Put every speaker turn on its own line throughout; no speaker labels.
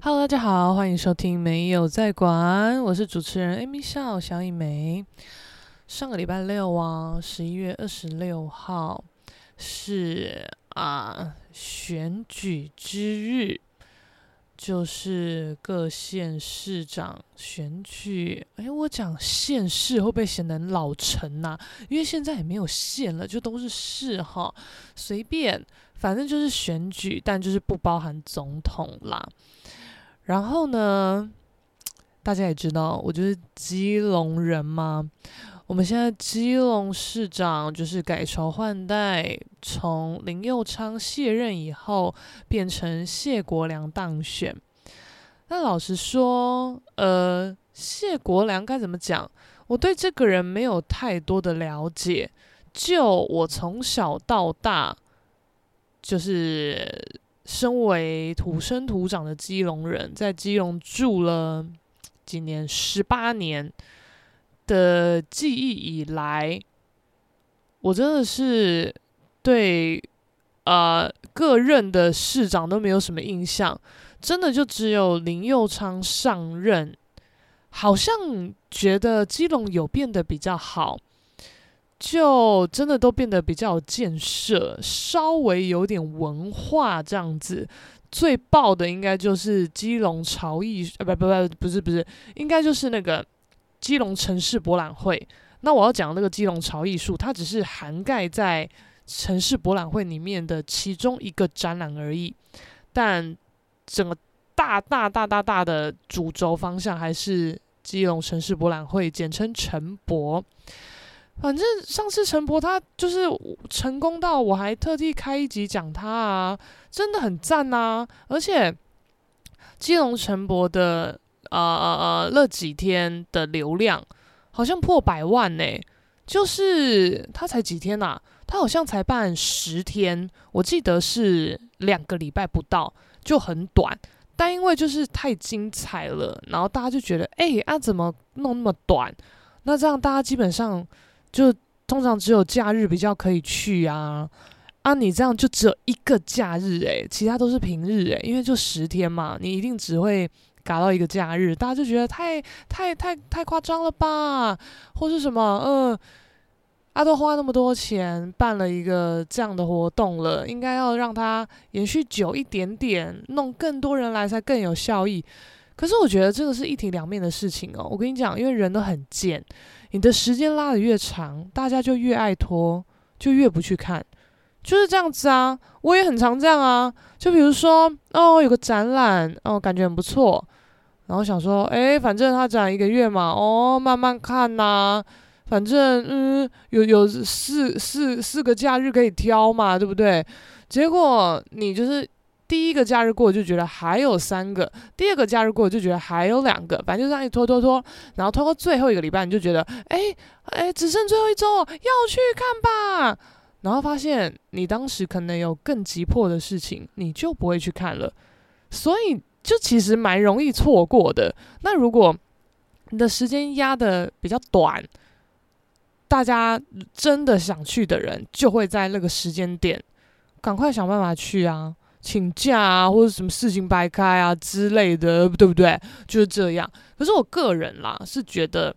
Hello，大家好，欢迎收听没有在管，我是主持人 Amy 笑小以梅。上个礼拜六啊，11月26号是选举之日，就是各县市长选举。我讲县市会不会显得很老成啊？因为现在也没有县了，就都是市哈，随便，反正就是选举，但就是不包含总统啦。然后呢，大家也知道，我就是基隆人嘛。我们现在基隆市长就是改朝换代，从林右昌卸任以后，变成谢国良当选。那老实说，谢国良该怎么讲？我对这个人没有太多的了解。就我从小到大，就是身为土生土长的基隆人，在基隆住了几年，18年的记忆以来，我真的是对各任的市长都没有什么印象，真的就只有林右昌上任，好像觉得基隆有变得比较好。就真的都变得比较有建设，稍微有点文化这样子。最爆的应该就是基隆潮艺，不是，应该就是那个基隆城市博览会。那我要讲那个基隆潮艺术，它只是涵盖在城市博览会里面的其中一个展览而已，但整个大的主轴方向还是基隆城市博览会，简称城博。反正上次陈博他就是成功到我还特地开一集讲他啊，真的很赞啊！而且基隆陈博的那几天的流量好像破100万呢，就是他才几天啊？他好像才办10天，我记得是2个礼拜不到，就很短。但因为就是太精彩了，然后大家就觉得，怎么弄那么短？那这样大家基本上就通常只有假日比较可以去啊，你这样就只有一个假日其他都是平日因为就10天嘛，你一定只会赶到一个假日，大家就觉得太夸张了吧，或是什么都花那么多钱办了一个这样的活动了，应该要让它延续久一点点，弄更多人来才更有效益。可是我觉得这个是一体两面的事情哦。我跟你讲，因为人都很贱，你的时间拉得越长，大家就越爱拖，就越不去看，就是这样子啊。我也很常这样啊。就比如说，有个展览，感觉很不错，然后想说，反正他展1个月嘛，慢慢看呐、反正有四个假日可以挑嘛，对不对？结果你就是第一个假日过就觉得还有3个，第二个假日过就觉得还有2个，反正就这样一拖，然后拖到最后一个礼拜，你就觉得只剩最后1周，要去看吧。然后发现你当时可能有更急迫的事情，你就不会去看了，所以就其实蛮容易错过的。那如果你的时间压得比较短，大家真的想去的人就会在那个时间点赶快想办法去啊，请假啊，或者什么事情排开啊之类的，对不对？就是这样。可是我个人啦，是觉得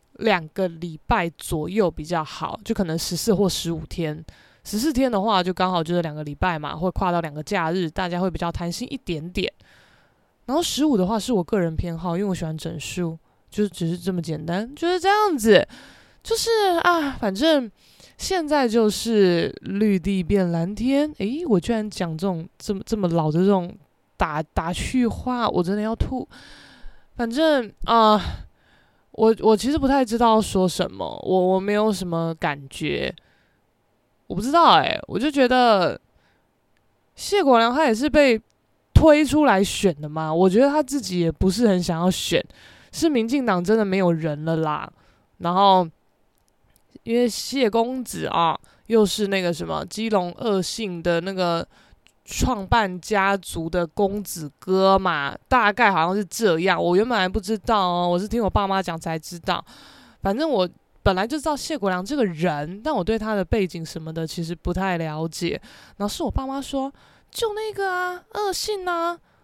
2个礼拜左右比较好，就可能14或15天。14天的话，就刚好就是2个礼拜嘛，会跨到2个假日，大家会比较弹性一点点。然后15的话是我个人偏好，因为我喜欢整数，就是只是这么简单，就是这样子。就是反正现在就是绿地变蓝天。我居然讲这种这么老的这种打趣话，我真的要吐。反正我其实不太知道说什么，我没有什么感觉，我不知道我就觉得谢国良他也是被推出来选的嘛，我觉得他自己也不是很想要选，是民进党真的没有人了啦。然后因为谢公子又是那个什么基隆2姓的那个创办家族的公子哥嘛，大概好像是这样。我原本还不知道我是听我爸妈讲才知道。反正我本来就知道谢国良这个人，但我对他的背景什么的其实不太了解。然后是我爸妈说，就那个2姓啊，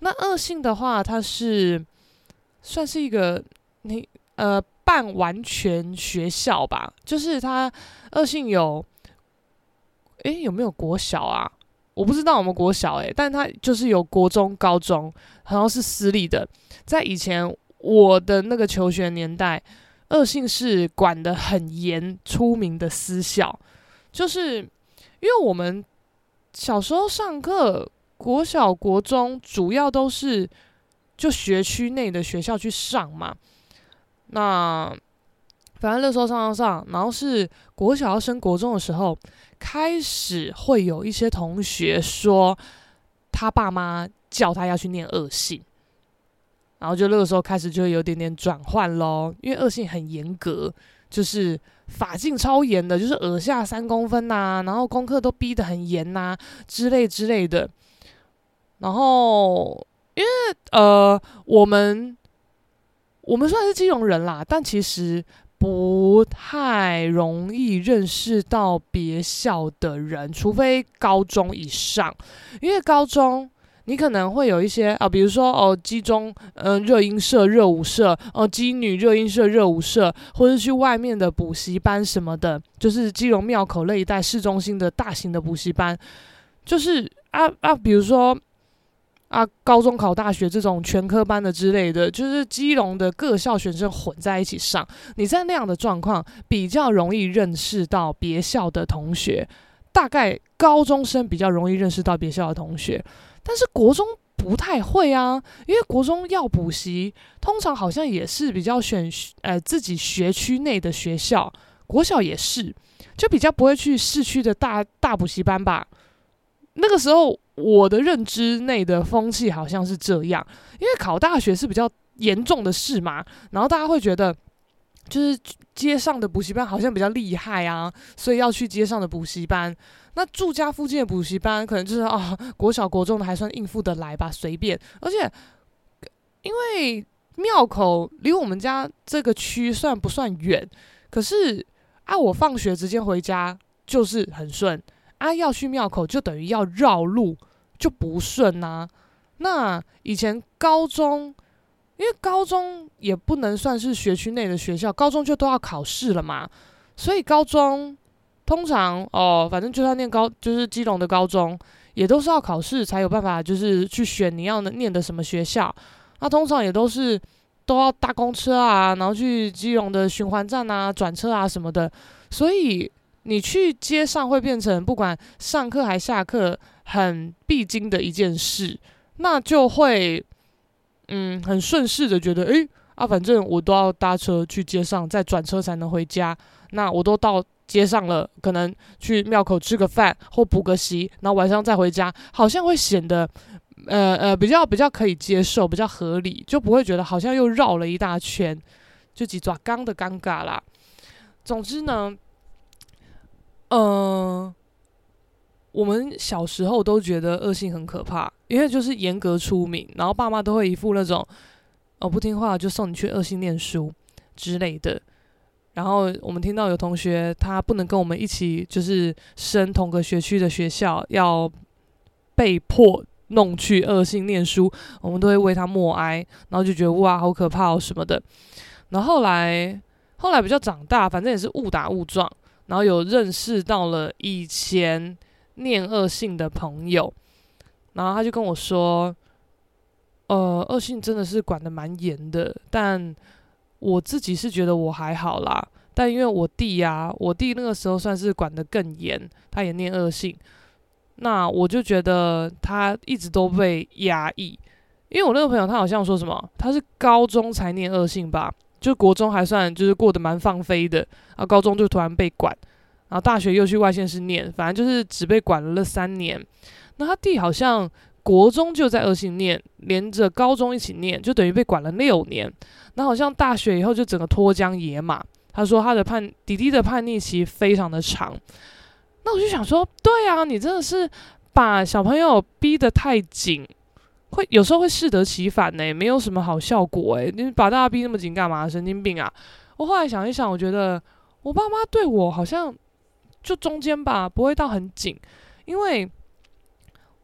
那恶性的话，它是算是一个半完全学校吧，就是它恶性有没有国小啊？我不知道有没有国小但它就是有国中、高中，好像是私立的。在以前我的那个求学年代，恶性是管得很严、出名的私校，就是因为我们小时候上课，国小、国中主要都是就学区内的学校去上嘛。那反正那时候上，然后是国小要升国中的时候，开始会有一些同学说，他爸妈叫他要去念恶性，然后就那个时候开始就有点点转换咯，因为恶性很严格，就是法禁超严的，就是耳下3公分呐，然后功课都逼得很严呐，之类的。然后因为我们算是基隆人啦，但其实不太容易认识到别校的人，除非高中以上，因为高中你可能会有一些比如说基中热音社、热舞社，基女热音社、热舞社，或是去外面的补习班什么的，就是基隆庙口那一带市中心的大型的补习班，就是比如说高中考大学这种全科班的之类的，就是基隆的各校学生混在一起上，你在那样的状况比较容易认识到别校的同学，大概高中生比较容易认识到别校的同学，但是国中不太会啊，因为国中要补习，通常好像也是比较选自己学区内的学校，国小也是，就比较不会去市区的大补习班吧。那个时候我的认知内的风气好像是这样，因为考大学是比较严重的事嘛，然后大家会觉得就是街上的补习班好像比较厉害啊，所以要去街上的补习班。那住家附近的补习班可能就是国小国中的还算应付得来吧，随便。而且因为庙口离我们家这个区虽然不算远，可是我放学直接回家就是很顺。要去庙口就等于要绕路，就不顺啊。那以前高中，因为高中也不能算是学区内的学校，高中就都要考试了嘛，所以高中通常反正就算就是基隆的高中，也都是要考试才有办法，就是去选你要念的什么学校。那通常也都要搭公车啊，然后去基隆的循环站啊、转车啊什么的，所以你去街上会变成不管上课还下课很必经的一件事，那就会很顺势的觉得反正我都要搭车去街上再转车才能回家，那我都到街上了，可能去庙口吃个饭或补个习，然后晚上再回家，好像会显得比较可以接受，比较合理，就不会觉得好像又绕了一大圈，就几抓刚的尴尬啦。总之呢我们小时候都觉得恶性很可怕，因为就是严格出名，然后爸妈都会一副那种不听话就送你去恶性念书之类的。然后我们听到有同学他不能跟我们一起就是升同个学区的学校，要被迫弄去恶性念书，我们都会为他默哀，然后就觉得哇好可怕什么的。然后后来比较长大，反正也是误打误撞，然后有认识到了以前念恶性的朋友，然后他就跟我说恶性真的是管得蛮严的，但我自己是觉得我还好啦，但因为我弟那个时候算是管得更严，他也念恶性，那我就觉得他一直都被压抑。因为我那个朋友他好像说什么他是高中才念恶性吧，就国中还算就是过得蛮放飞的，高中就突然被管，然后大学又去外县市念，反正就是只被管了3年。那他弟好像国中就在恶性念，连着高中一起念，就等于被管了6年。那好像大学以后就整个脱缰野马。他说他的弟弟的叛逆期非常的长。那我就想说，对啊，你真的是把小朋友逼得太紧，有时候会适得其反呢，没有什么好效果你把大家逼那么紧干嘛？神经病啊！我后来想一想，我觉得我爸妈对我好像就中间吧，不会到很紧，因为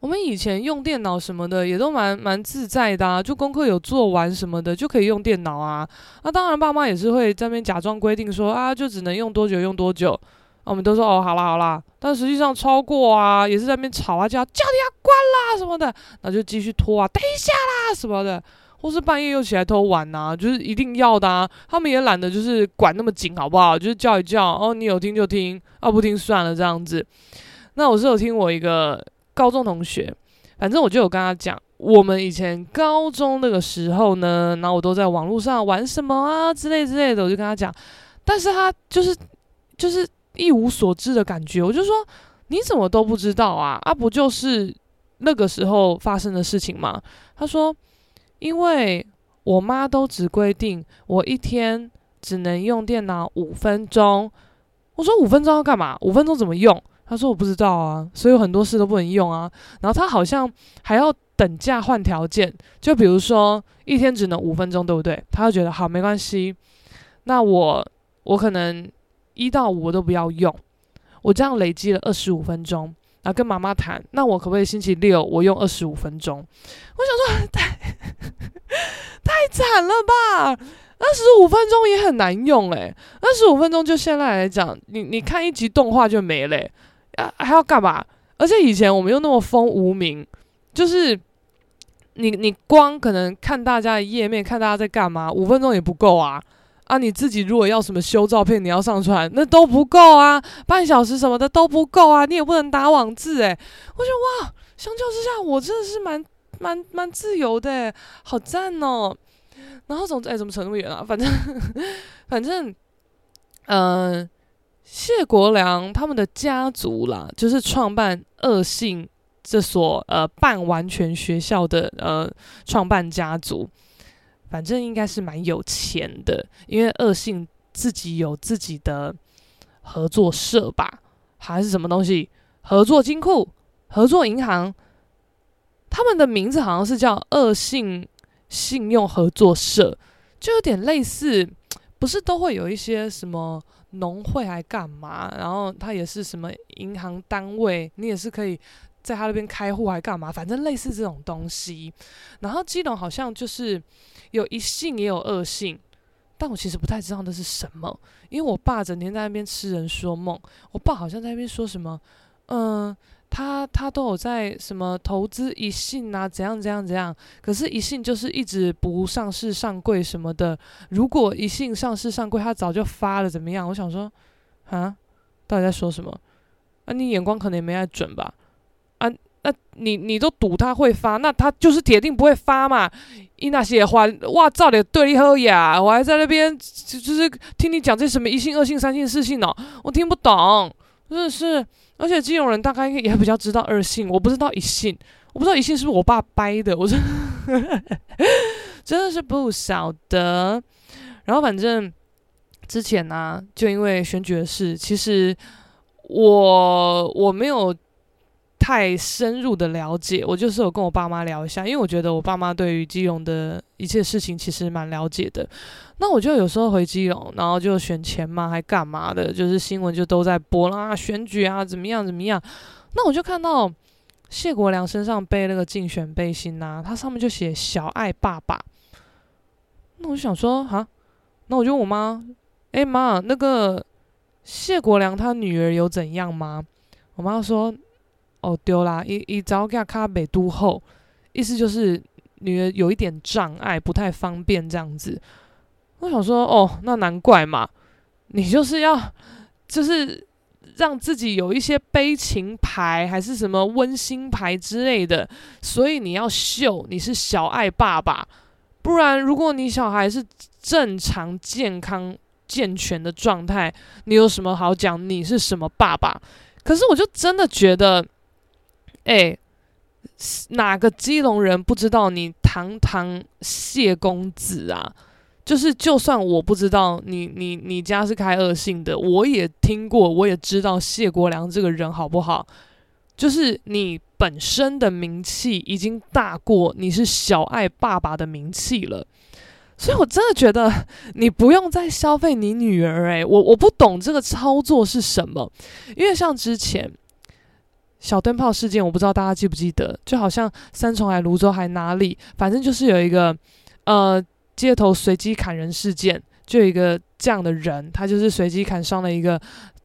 我们以前用电脑什么的也都蛮自在的啊，就功课有做完什么的就可以用电脑啊。那当然爸妈也是会在那边假装规定说啊，就只能用多久用多久。我们都说哦，好啦好啦，但实际上超过啊，也是在那边吵啊，叫你要关啦什么的，然后就继续拖啊，等一下啦什么的，或是半夜又起来偷玩啊，就是一定要的啊。他们也懒得就是管那么紧，好不好？就是叫一叫，哦，你有听就听，不听算了这样子。那我是有听我一个高中同学，反正我就有跟他讲，我们以前高中那个时候呢，然后我都在网络上玩什么啊之类的，我就跟他讲，但是他就是一无所知的感觉。我就说你怎么都不知道啊？不就是那个时候发生的事情吗？他说因为我妈都只规定我一天只能用电脑5分钟。我说5分钟要干嘛？5分钟怎么用？他说我不知道啊，所以有很多事都不能用啊。然后他好像还要等价换条件，就比如说一天只能5分钟，对不对？他就觉得好没关系，那我可能1到5我都不要用，我这样累积了25分钟，然后跟妈妈谈，那我可不可以星期六我用25分钟？我想说太惨了吧！25分钟也很难用25分钟就现在来讲，你看一集动画就没了还要干嘛？而且以前我们又那么风无名，就是你光可能看大家的页面，看大家在干嘛，5分钟也不够啊！你自己如果要什么修照片，你要上传，那都不够啊，半小时什么的都不够啊，你也不能打网字我觉得哇，相较之下，我真的是蛮自由的好赞哦！然后怎么扯那么远啊？反正，谢国良他们的家族啦，就是创办恶信这所半完全学校的创办家族，反正应该是蛮有钱的，因为恶信自己有自己的合作社吧，还是什么东西，合作金库、合作银行，他们的名字好像是叫恶信信用合作社，就有点类似，不是都会有一些什么农会还干嘛，然后他也是什么银行单位，你也是可以在他那边开户还干嘛，反正类似这种东西。然后基隆好像就是有一信也有二信，但我其实不太知道那是什么，因为我爸整天在那边痴人说梦，我爸好像在那边说什么他都有在什么投资一信啊，怎样，可是一信就是一直不上市上柜什么的，如果一信上市上柜，他早就发了，怎么样？我想说到底在说什么？你眼光可能也没太准吧？你都赌他会发，那他就是铁定不会发嘛。那些还哇，照点对你好呀，我还在那边就是听你讲这什么一信、二信、三信、四信哦，我听不懂，真的是。而且基隆人大概也比较知道二信，我不知道一信，我不知道一信是不是我爸掰的，我真的是不晓得。然后反正之前就因为选举的事，其实我没有太深入的了解，我就是有跟我爸妈聊一下，因为我觉得我爸妈对于基隆的一切事情其实蛮了解的。那我就有时候回基隆，然后就选钱嘛，还干嘛的，就是新闻就都在播啦，选举啊怎么样，那我就看到谢国良身上背那个竞选背心他上面就写小爱爸爸。那我就想说那我就问我妈，妈，那个谢国良他女儿有怎样吗？我妈说对啦，他早给他卡北都后，意思就是女儿有一点障碍，不太方便这样子。我想说那难怪嘛，你就是要让自己有一些悲情牌还是什么温馨牌之类的，所以你要秀你是小爱爸爸，不然如果你小孩是正常健康健全的状态，你有什么好讲你是什么爸爸？可是我就真的觉得哪个基隆人不知道你堂堂谢公子啊？就算我不知道你家是开恶性的，我也听过，我也知道谢国良这个人好不好？就是你本身的名气已经大过你是小爱爸爸的名气了，所以我真的觉得你不用再消费你女儿我不懂这个操作是什么，因为像之前小灯泡事件，我不知道大家记不记得，就好像三重还泸州还哪里，反正就是有一个街头随机砍人事件，就有一个这样的人，他就是随机砍伤了一个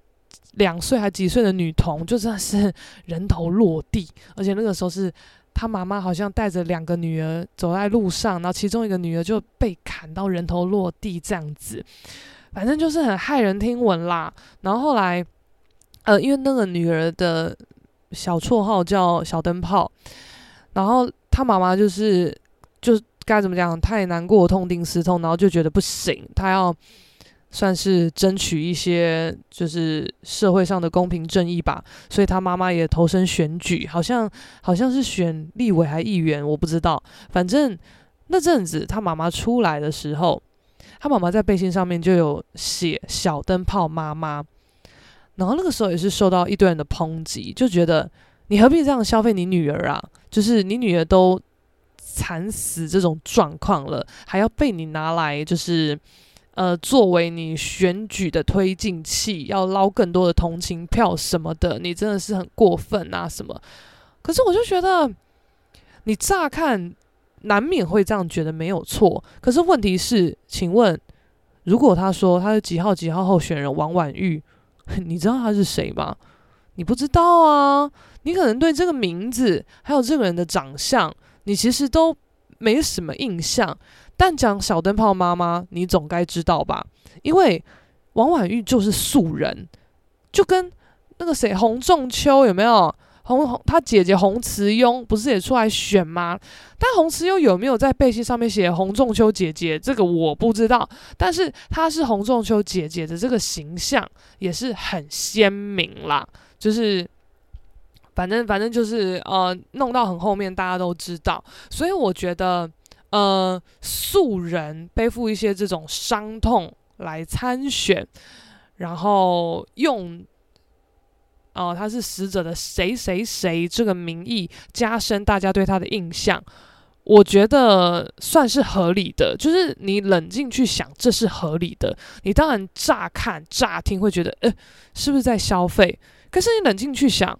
2岁还几岁的女童，就真的是人头落地。而且那个时候是他妈妈好像带着2个女儿走在路上，然后其中一个女儿就被砍到人头落地这样子，反正就是很骇人听闻啦。然后后来因为那个女儿的小绰号叫小灯泡，然后他妈妈就该怎么讲，太难过痛定思痛，然后就觉得不行，他要算是争取一些就是社会上的公平正义吧，所以他妈妈也投身选举，好像是选立委还议员，我不知道。反正那阵子他妈妈出来的时候，他妈妈在背心上面就有写小灯泡妈妈，然后那个时候也是受到一堆人的抨击，就觉得你何必这样消费你女儿啊，就是你女儿都惨死这种状况了，还要被你拿来就是作为你选举的推进器，要捞更多的同情票什么的，你真的是很过分啊什么。可是我就觉得你乍看难免会这样觉得没有错，可是问题是，请问如果他说他是几号几号候选人王婉玉，你知道他是谁吗？你不知道啊，你可能对这个名字还有这个人的长相你其实都没什么印象，但讲小灯泡妈妈你总该知道吧，因为王婉玉就是素人，就跟那个谁洪仲秋有没有，他姐姐洪慈庸不是也出来选吗？但洪慈庸有没有在背心上面写洪仲秋姐姐，这个我不知道，但是她是洪仲秋姐姐的这个形象也是很鲜明啦，就是反正就是弄到很后面大家都知道，所以我觉得素人背负一些这种伤痛来参选，然后用他是死者的谁谁谁这个名义加深大家对他的印象，我觉得算是合理的，就是你冷静去想这是合理的，你当然乍看乍听会觉得是不是在消费，可是你冷静去想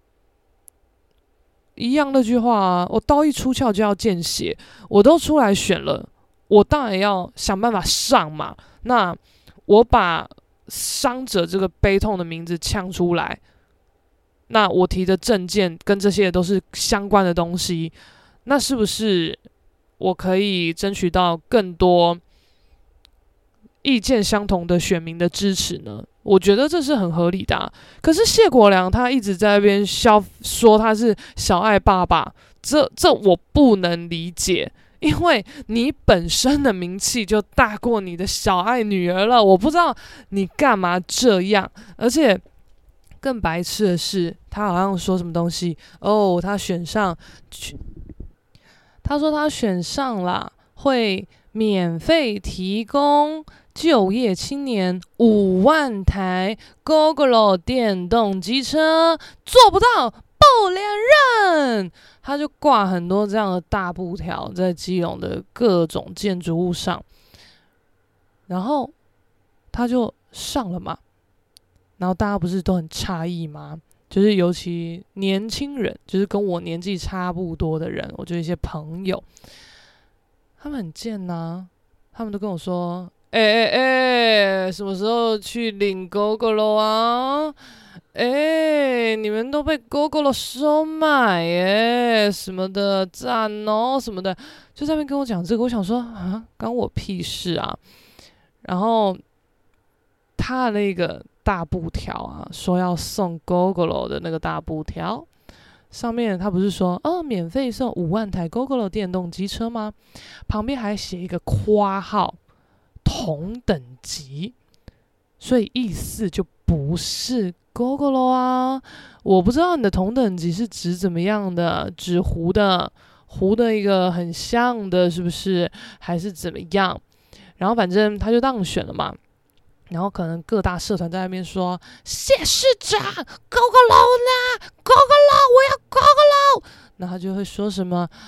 一样那句话啊，我刀一出鞘就要见血，我都出来选了，我当然要想办法上嘛，那我把伤者这个悲痛的名字呛出来，那我提的政见跟这些都是相关的东西，那是不是我可以争取到更多意见相同的选民的支持呢？我觉得这是很合理的啊。可是谢国良他一直在那边说他是小爱爸爸，这我不能理解，因为你本身的名气就大过你的小爱女儿了，我不知道你干嘛这样。而且更白痴的是，他好像说什么东西他选上，他说他选上了会免费提供就业青年5万台 Gogoro 电动机车，做不到不连任。他就挂很多这样的大布条在基隆的各种建筑物上，然后他就上了嘛，然后大家不是都很诧异吗？就是尤其年轻人，就是跟我年纪差不多的人，我就一些朋友，他们很贱啊，他们都跟我说什么时候去领 Gogoro 啊？你们都被 Gogoro 收买什么的，赞哦什么的，就在那边跟我讲这个。我想说关我屁事啊！然后他的那个大布条啊，说要送 Gogoro 的那个大布条上面，他不是说免费送5万台 Gogoro 电动机车吗？旁边还写一个括号同等级，所以意思就不是 Gogoro 啊。我不知道你的同等级是指怎么样的，指糊的一个很像的，是不是？还是怎么样？然后反正他就当选了嘛。然后可能各大社团在那边说谢市长 Gogoro 呢 Gogoro 我要 Gogoro， 那他就会说什么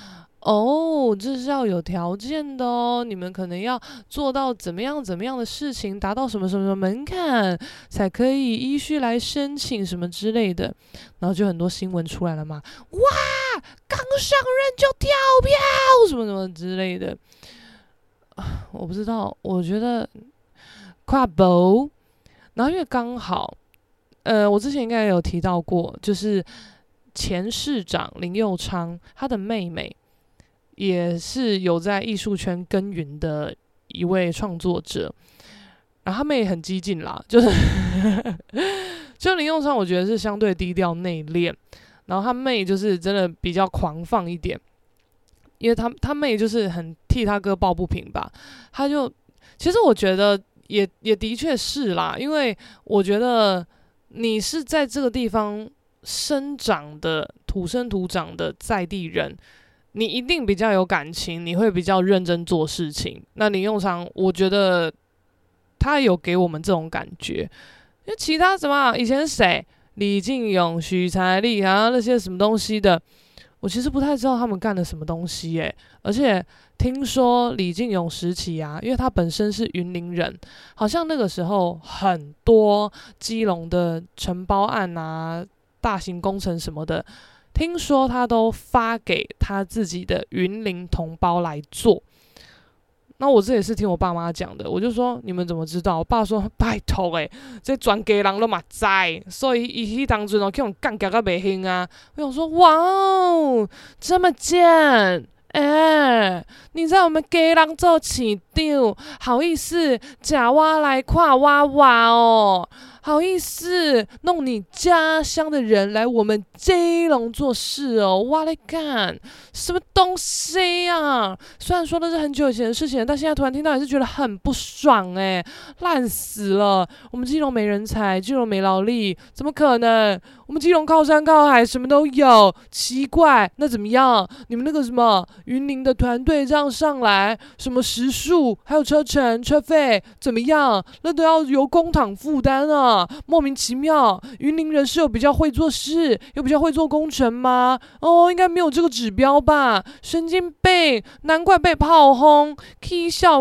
哦，这是要有条件的哦，你们可能要做到怎么样怎么样的事情，达到什么什么门槛，才可以依序来申请什么之类的。然后就很多新闻出来了嘛，哇，刚上任就跳票什么什么之类的。我不知道，我觉得跨博，然后因为刚好，我之前应该有提到过，就是前市长林右昌他的妹妹。也是有在艺术圈耕耘的一位创作者，然后他们也很激进啦，就是就林佑昌，我觉得是相对低调内敛，然后他妹就是真的比较狂放一点，因为他妹就是很替他哥抱不平吧，他就其实我觉得也的确是啦，因为我觉得你是在这个地方生长的土生土长的在地人。你一定比较有感情，你会比较认真做事情。那林佑昌，我觉得他有给我们这种感觉。因为其他什么以前是谁，李进勇、许才利啊那些什么东西的，我其实不太知道他们干了什么东西耶。而且听说李进勇时期啊，因为他本身是云林人，好像那个时候很多基隆的承包案啊、大型工程什么的。听说他都发给他自己的云林同胞来做，那我这也是听我爸妈讲的，我就说你们怎么知道？我爸说拜托这全家人都嘛知，所以伊迄当阵去用干掉个袂行啊。我想说哇哦，这么贱！你在我们家人做市长，好意思假我来看娃娃哦？好意思弄你家乡的人来我们基隆做事哦？我来干什么东西啊？虽然说那是很久以前的事情，但现在突然听到也是觉得很不爽烂死了！我们基隆没人才，基隆没劳力，怎么可能？我们基隆靠山靠海，什么都有，奇怪，那怎么样？你们那个什么云林的团队这样上来，什么时数还有车程、车费怎么样？那都要由公帑负担啊！莫名其妙，云林人是有比较会做事，有比较会做工程吗？哦，应该没有这个指标吧？神经病，难怪被炮轰，起笑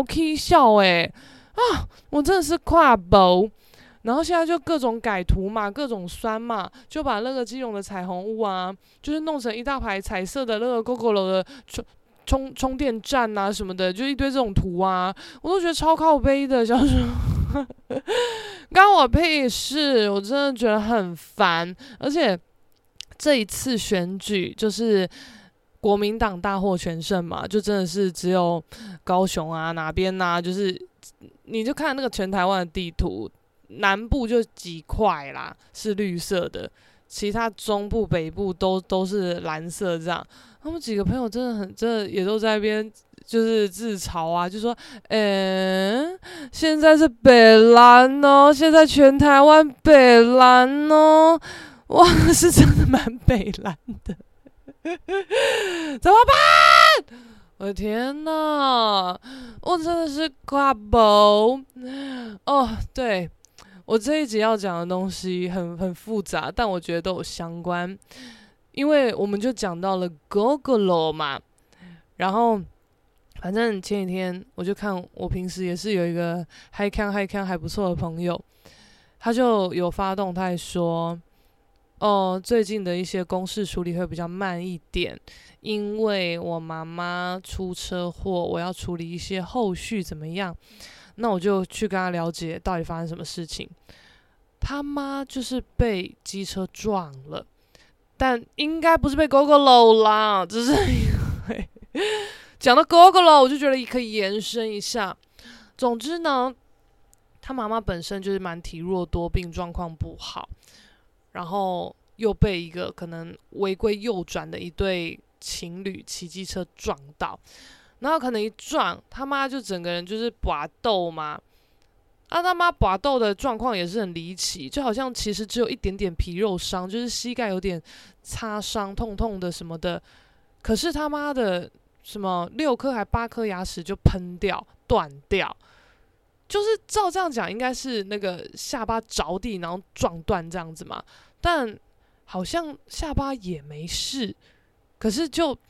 我真的是跨博。然后现在就各种改图嘛，各种酸嘛，就把那个基隆的彩虹屋啊，就是弄成一大排彩色的那个 GoGo 的充电站啊什么的，就一堆这种图啊，我都觉得超靠背的，想说干我屁事，我真的觉得很烦。而且这一次选举就是国民党大获全胜嘛，就真的是只有高雄啊哪边啊，就是你就看那个全台湾的地图。南部就几块啦，是绿色的，其他中部、北部都是蓝色这样。他们几个朋友真的也都在那边就是自嘲啊，就说，现在是北蓝哦，现在全台湾北蓝哦，哇，是真的蛮北蓝的，怎么办？我的天哪，我真的是跨博哦，对。我这一集要讲的东西很复杂，但我觉得都有相关，因为我们就讲到了 Gogoro 嘛，然后反正前几天我就看我平时也是有一个嗨看还不错的朋友，他就有发动态说，最近的一些公事处理会比较慢一点，因为我妈妈出车祸，我要处理一些后续怎么样。那我就去跟他了解到底发生什么事情。他妈就是被机车撞了，但应该不是被 Gogoro 啦，只是因为讲到 Gogoro， 我就觉得可以延伸一下。总之呢，他妈妈本身就是蛮体弱多病，状况不好，然后又被一个可能违规右转的一对情侣骑机车撞到。然后可能一撞，他妈就整个人就是拔豆嘛，他妈拔豆的状况也是很离奇，就好像其实只有一点点皮肉伤，就是膝盖有点擦伤，痛痛的什么的，可是他妈的什么6颗还8颗牙齿就喷掉断掉，就是照这样讲应该是那个下巴着地然后撞断这样子嘛，但好像下巴也没事，可是就。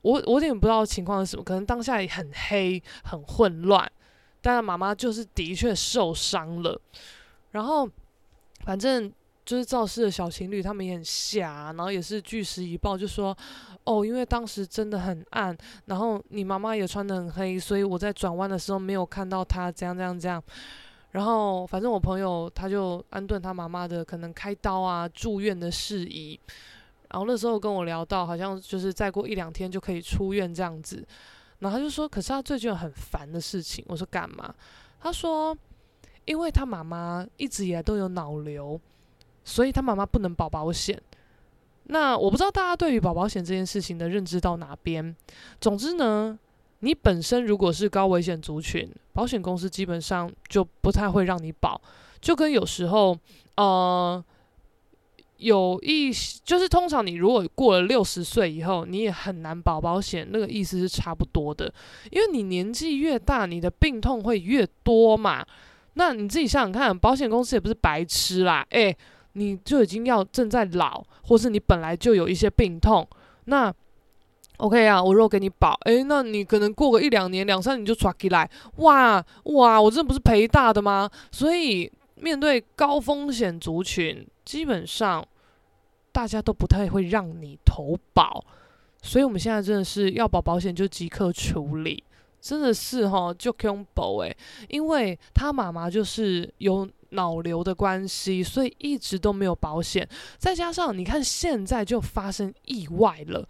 我有点不知道情况是什么，可能当下也很黑很混乱，但妈妈就是的确受伤了。然后反正就是肇事的小情侣他们也很吓，然后也是据实以报，就说因为当时真的很暗，然后你妈妈也穿得很黑，所以我在转弯的时候没有看到她这样这样这样。然后反正我朋友他就安顿他妈妈的可能开刀啊住院的事宜，然后那时候跟我聊到好像就是再过1-2天就可以出院这样子。然后他就说可是他最近有很烦的事情。我说干嘛？他说因为他妈妈一直以来都有脑瘤，所以他妈妈不能保保险。那我不知道大家对于保保险这件事情的认知到哪边。总之呢，你本身如果是高危险族群，保险公司基本上就不太会让你保，就跟有时候就是通常你如果过了60岁以后，你也很难保保险，那个意思是差不多的。因为你年纪越大，你的病痛会越多嘛。那你自己想想看，保险公司也不是白痴啦，你就已经正在老，或是你本来就有一些病痛，那 OK 啊，我如果给你保，那你可能过个1-2年、2-3年就抓起来，哇，我真的不是赔大的吗？所以面对高风险族群，基本上大家都不太会让你投保，所以我们现在真的是要保保险就即刻处理，真的是就恐怖因为他妈妈就是有脑瘤的关系，所以一直都没有保险，再加上你看现在就发生意外了，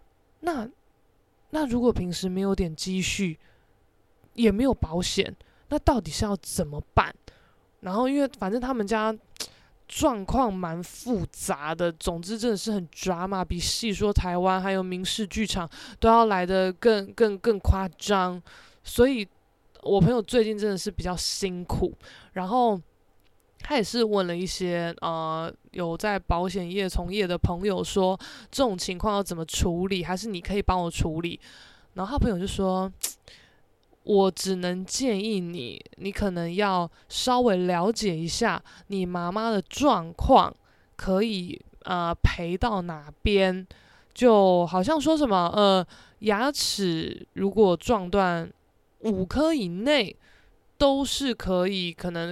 那如果平时没有点积蓄，也没有保险，那到底是要怎么办？然后因为反正他们家状况蛮复杂的，总之真的是很 drama， 比戏说台湾还有民视剧场都要来得更夸张，所以我朋友最近真的是比较辛苦。然后他也是问了一些有在保险业从业的朋友说这种情况要怎么处理，还是你可以帮我处理。然后他朋友就说我只能建议你可能要稍微了解一下你妈妈的状况，可以赔到哪边，就好像说什么牙齿如果撞断5颗以内都是可以，可能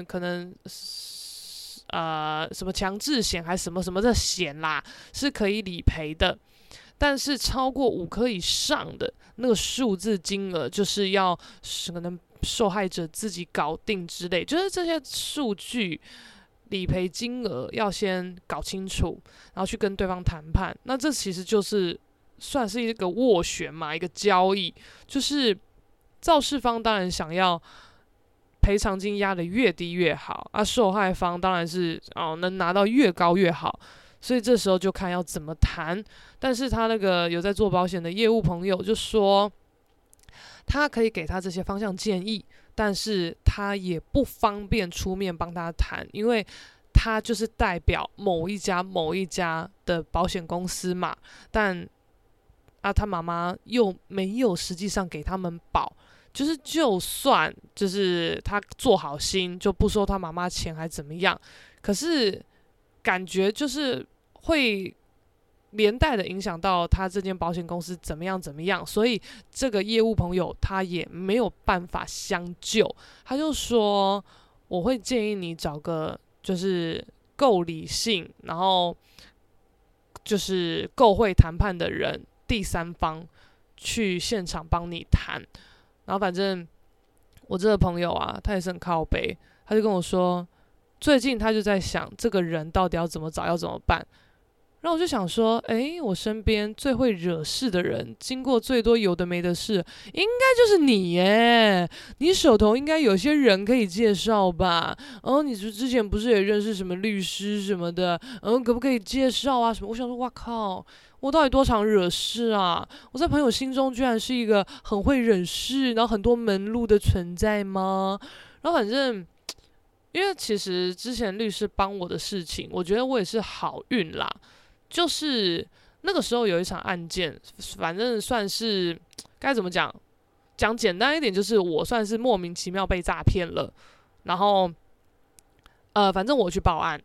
什么强制险还是什么什么的险啦，是可以理赔的。但是超过5颗以上的那个数字金额，就是要可能受害者自己搞定之类，就是这些数据理赔金额要先搞清楚，然后去跟对方谈判。那这其实就是算是一个斡旋嘛，一个交易，就是肇事方当然想要赔偿金压得越低越好，受害方当然是能拿到越高越好。所以这时候就看要怎么谈。但是他那个有在做保险的业务朋友就说，他可以给他这些方向建议，但是他也不方便出面帮他谈，因为他就是代表某一家的保险公司嘛，但他妈妈又没有实际上给他们保，就算就是他做好心就不收他妈妈钱还怎么样，可是感觉就是会连带的影响到他这间保险公司怎么样，所以这个业务朋友他也没有办法相救。他就说我会建议你找个就是够理性，然后就是够会谈判的人，第三方去现场帮你谈。然后反正我这个朋友他也是很靠北，他就跟我说最近他就在想这个人到底要怎么找，要怎么办。然后我就想说我身边最会惹事的人，经过最多有的没的事，应该就是你耶。你手头应该有些人可以介绍吧？你之前不是也认识什么律师什么的？可不可以介绍啊什么？我想说哇靠，我到底多常惹事啊？我在朋友心中居然是一个很会惹事，然后很多门路的存在吗？然后反正因为其实之前律师帮我的事情，我觉得我也是好运啦。就是那个时候有一场案件，反正算是该怎么讲简单一点，就是我算是莫名其妙被诈骗了。然后反正我去报案，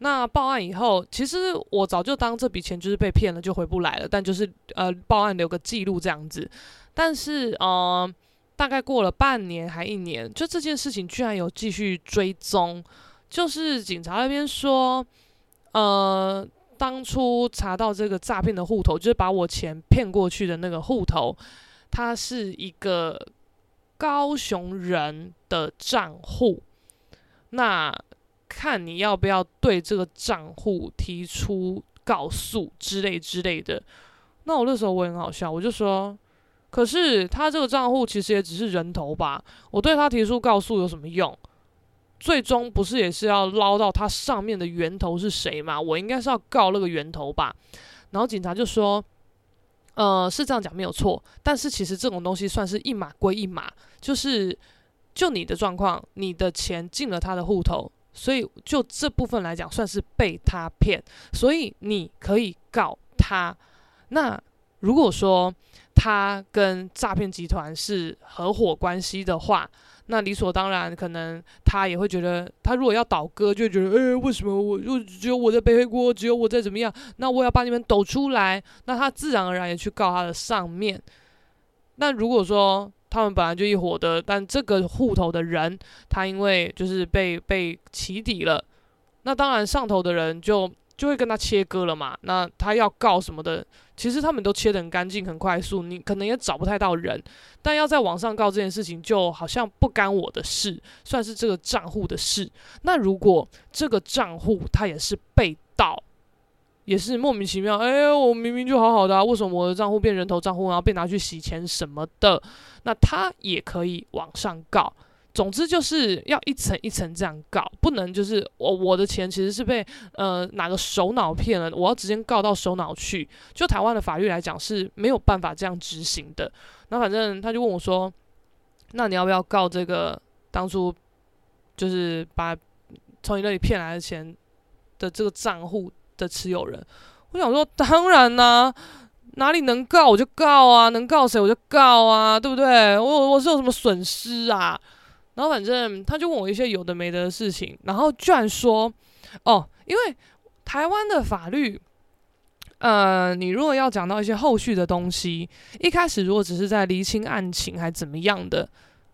那报案以后，其实我早就当这笔钱就是被骗了，就回不来了。但就是报案留个记录这样子。但是大概过了半年还1年，就这件事情居然有继续追踪。就是警察那边说，当初查到这个诈骗的户头，就是把我钱骗过去的那个户头，它是一个高雄人的账户。那看你要不要对这个账户提出告诉之类的。那我那时候我也很好笑，我就说，可是他这个账户其实也只是人头吧，我对他提出告诉有什么用？最终不是也是要捞到它上面的源头是谁吗？我应该是要告那个源头吧。然后警察就说，是这样讲没有错，但是其实这种东西算是一码归一码，就你的状况，你的钱进了他的户头，所以就这部分来讲算是被他骗，所以你可以告他。那如果说他跟诈骗集团是合伙关系的话，那理所当然，可能他也会觉得，他如果要倒戈，就会觉得，为什么我就只有我在背黑锅，只有我在怎么样？那我要把你们抖出来，那他自然而然也去告他的上面。那如果说他们本来就一伙的，但这个户头的人，他因为就是被起底了，那当然上头的人就会跟他切割了嘛。那他要告什么的，其实他们都切得很干净很快速，你可能也找不太到人。但要在网上告这件事情，就好像不干我的事，算是这个账户的事。那如果这个账户他也是被盗，也是莫名其妙，我明明就好好的啊，为什么我的账户变人头账户，然后被拿去洗钱什么的？那他也可以往上告。总之就是要一层一层这样告，不能就是我的钱其实是被哪个首脑骗了，我要直接告到首脑去。就台湾的法律来讲是没有办法这样执行的。那反正他就问我说，那你要不要告这个当初就是把从你那里骗来的钱的这个账户的持有人？我想说，当然啦，哪里能告我就告啊，能告谁我就告啊，对不对？我是有什么损失啊？然后反正他就问我一些有的没的事情，然后居然说，因为台湾的法律，你如果要讲到一些后续的东西，一开始如果只是在厘清案情还怎么样的，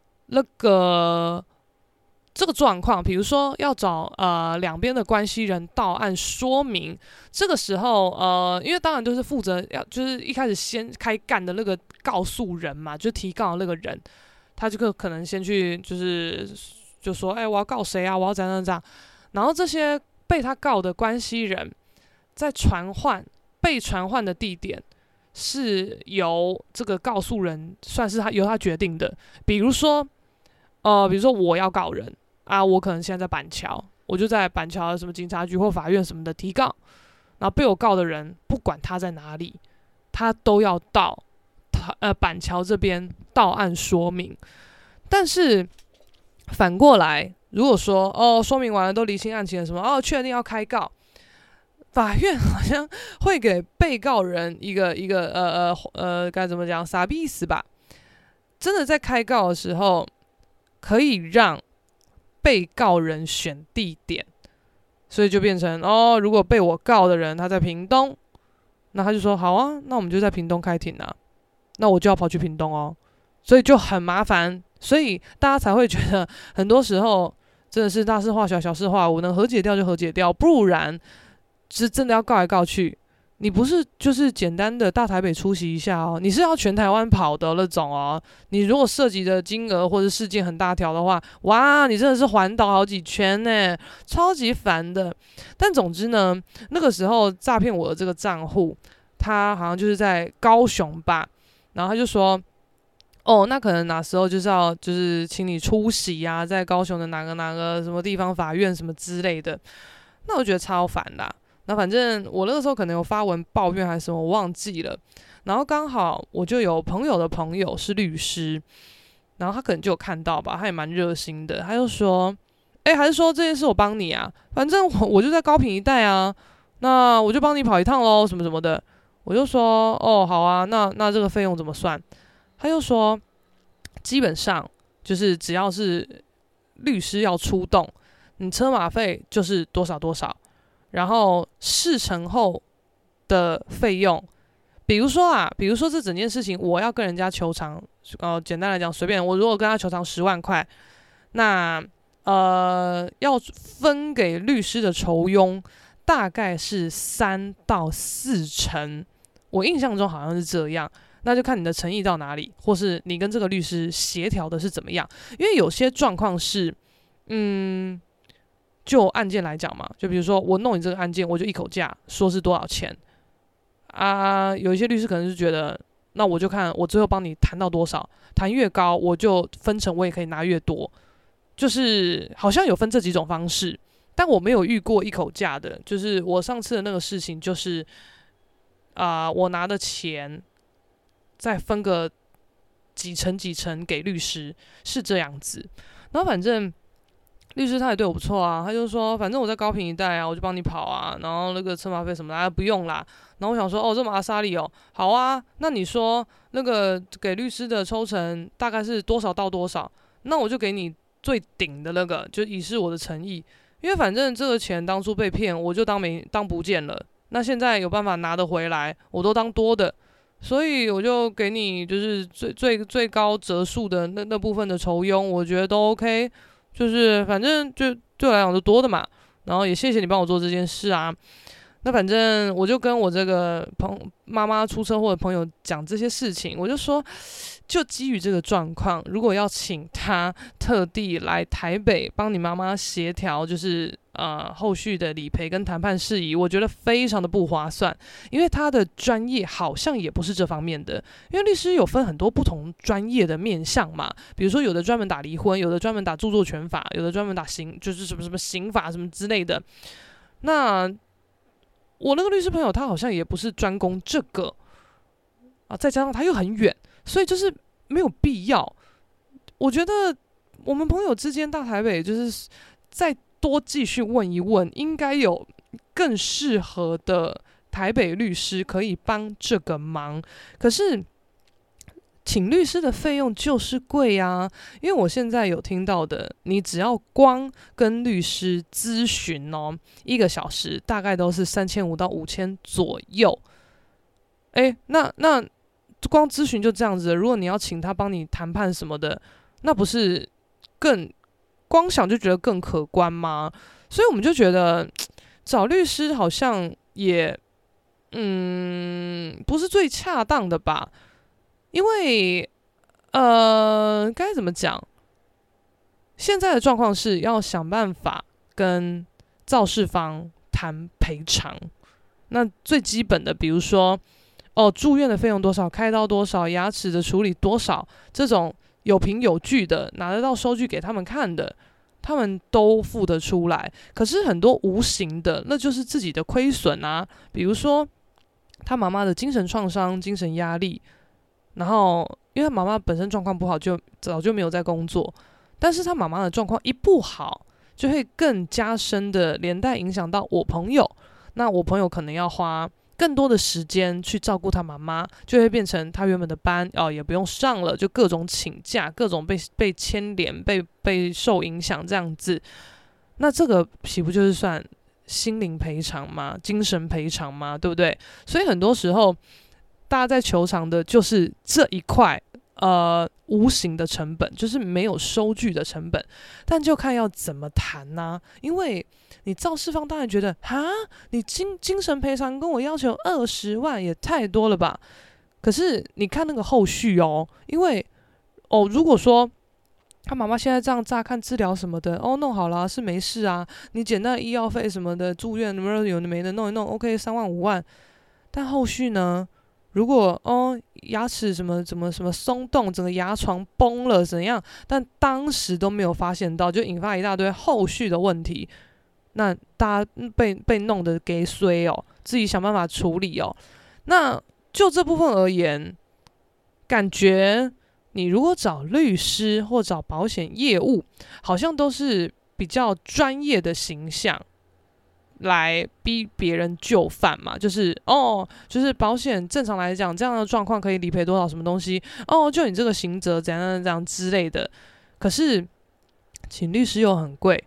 这个状况，比如说要找两边的关系人到案说明，这个时候因为当然都是负责就是一开始先开干的那个告诉人嘛，就提告的那个人。他就可能先去就说，我要告谁啊？我要怎样？然后这些被他告的关系人，在被传唤的地点是由这个告诉人算是由他决定的。比如说我要告人啊，我可能现在在板桥，我就在板桥的什么警察局或法院什么的提告，然后被我告的人不管他在哪里，他都要到板桥这边到案说明。但是反过来，如果说说明完了都厘清案情了什么确定要开告，法院好像会给被告人一个该怎么讲傻逼死吧？真的在开告的时候，可以让被告人选地点，所以就变成如果被我告的人他在屏东，那他就说好啊，那我们就在屏东开庭啊。那我就要跑去屏东所以就很麻烦，所以大家才会觉得很多时候真的是大事化小，小事化无，能和解掉就和解掉，不然是真的要告来告去。你不是就是简单的大台北出席一下你是要全台湾跑的那种你如果涉及的金额或者事件很大条的话，哇，你真的是环岛好几圈呢，超级烦的。但总之呢，那个时候诈骗我的这个账户，他好像就是在高雄吧。然后他就说，那可能哪时候就是请你出席啊，在高雄的哪个什么地方法院什么之类的。那我觉得超烦的那反正我那个时候可能有发文抱怨还是什么，我忘记了。然后刚好我就有朋友的朋友是律师，然后他可能就有看到吧，他也蛮热心的，他就说，还是说这件事我帮你啊，反正我就在高屏一带啊，那我就帮你跑一趟咯，什么什么的。我就说好啊，那这个费用怎么算？他就说基本上就是只要是律师要出动，你车马费就是多少多少， 然后事成后的费用，比如说这整件事情我要跟人家求偿，简单来讲，随便我如果跟他求偿10万块，那要分给律师的酬庸大概是3到4成，我印象中好像是这样。那就看你的诚意到哪里，或是你跟这个律师协调的是怎么样。因为有些状况是，就案件来讲嘛，就比如说我弄你这个案件，我就一口价说是多少钱啊。有一些律师可能是觉得，那我就看我最后帮你谈到多少，谈越高我就分成我也可以拿越多，就是好像有分这几种方式。但我没有遇过一口价的，就是我上次的那个事情，就是我拿的钱再分个几成给律师，是这样子。然后反正律师他也对我不错啊，他就说反正我在高屏一带啊，我就帮你跑啊，然后那个车马费什么的不用啦。然后我想说这么阿莎利好啊，那你说那个给律师的抽成大概是多少到多少，那我就给你最顶的那个，就以示我的诚意。因为反正这个钱当初被骗，我就当不见了，那现在有办法拿得回来，我都当多的，所以我就给你就是最高折数的那部分的酬庸，我觉得都 OK， 就是反正就对我来讲就多的嘛，然后也谢谢你帮我做这件事啊。那反正我就跟我这个妈妈出车祸的朋友讲这些事情，我就说，就基于这个状况，如果要请他特地来台北帮你妈妈协调，就是后续的理赔跟谈判事宜，我觉得非常的不划算，因为他的专业好像也不是这方面的。因为律师有分很多不同专业的面向嘛，比如说有的专门打离婚，有的专门打著作权法，有的专门打就是什么刑法什么之类的。那我那个律师朋友他好像也不是专攻这个再加上他又很远，所以就是没有必要。我觉得我们朋友之间大台北就是再多继续问一问，应该有更适合的台北律师可以帮这个忙。可是请律师的费用就是贵啊，因为我现在有听到的，你只要光跟律师咨询1个小时大概都是3500到5000左右。那光咨询就这样子了，如果你要请他帮你谈判什么的，那不是光想就觉得更可观吗？所以我们就觉得找律师好像也不是最恰当的吧。因为该怎么讲？现在的状况是要想办法跟肇事方谈赔偿。那最基本的，比如说住院的费用多少，开刀多少，牙齿的处理多少，这种有凭有据的，拿得到收据给他们看的，他们都付得出来。可是很多无形的，那就是自己的亏损啊。比如说他妈妈的精神创伤、精神压力。然后，因为他妈妈本身状况不好，就早就没有在工作。但是他妈妈的状况一不好，就会更加深的连带影响到我朋友。那我朋友可能要花更多的时间去照顾他妈妈，就会变成他原本的班也不用上了，就各种请假，各种被牵连、被受影响这样子。那这个岂不就是算心灵赔偿吗？精神赔偿吗？对不对？所以很多时候，大家在求偿的就是这一块无形的成本，就是没有收据的成本，但就看要怎么谈啊。因为你肇事方当然觉得你精神赔偿跟我要求20万也太多了吧。可是你看那个后续因为如果说他妈妈现在这样乍看治疗什么的弄好了是没事啊，你简单的医药费什么的，住院有的没的弄一弄 OK 3万5万，但后续呢？如果牙齿什么松动，整个牙床崩了怎样，但当时都没有发现到，就引发一大堆后续的问题，那大家被弄得给衰自己想办法处理那就这部分而言，感觉你如果找律师或找保险业务，好像都是比较专业的形象来逼别人就范嘛，就是就是保险正常来讲这样的状况可以理赔多少什么东西就你这个刑责怎样怎样之类的。可是请律师又很贵，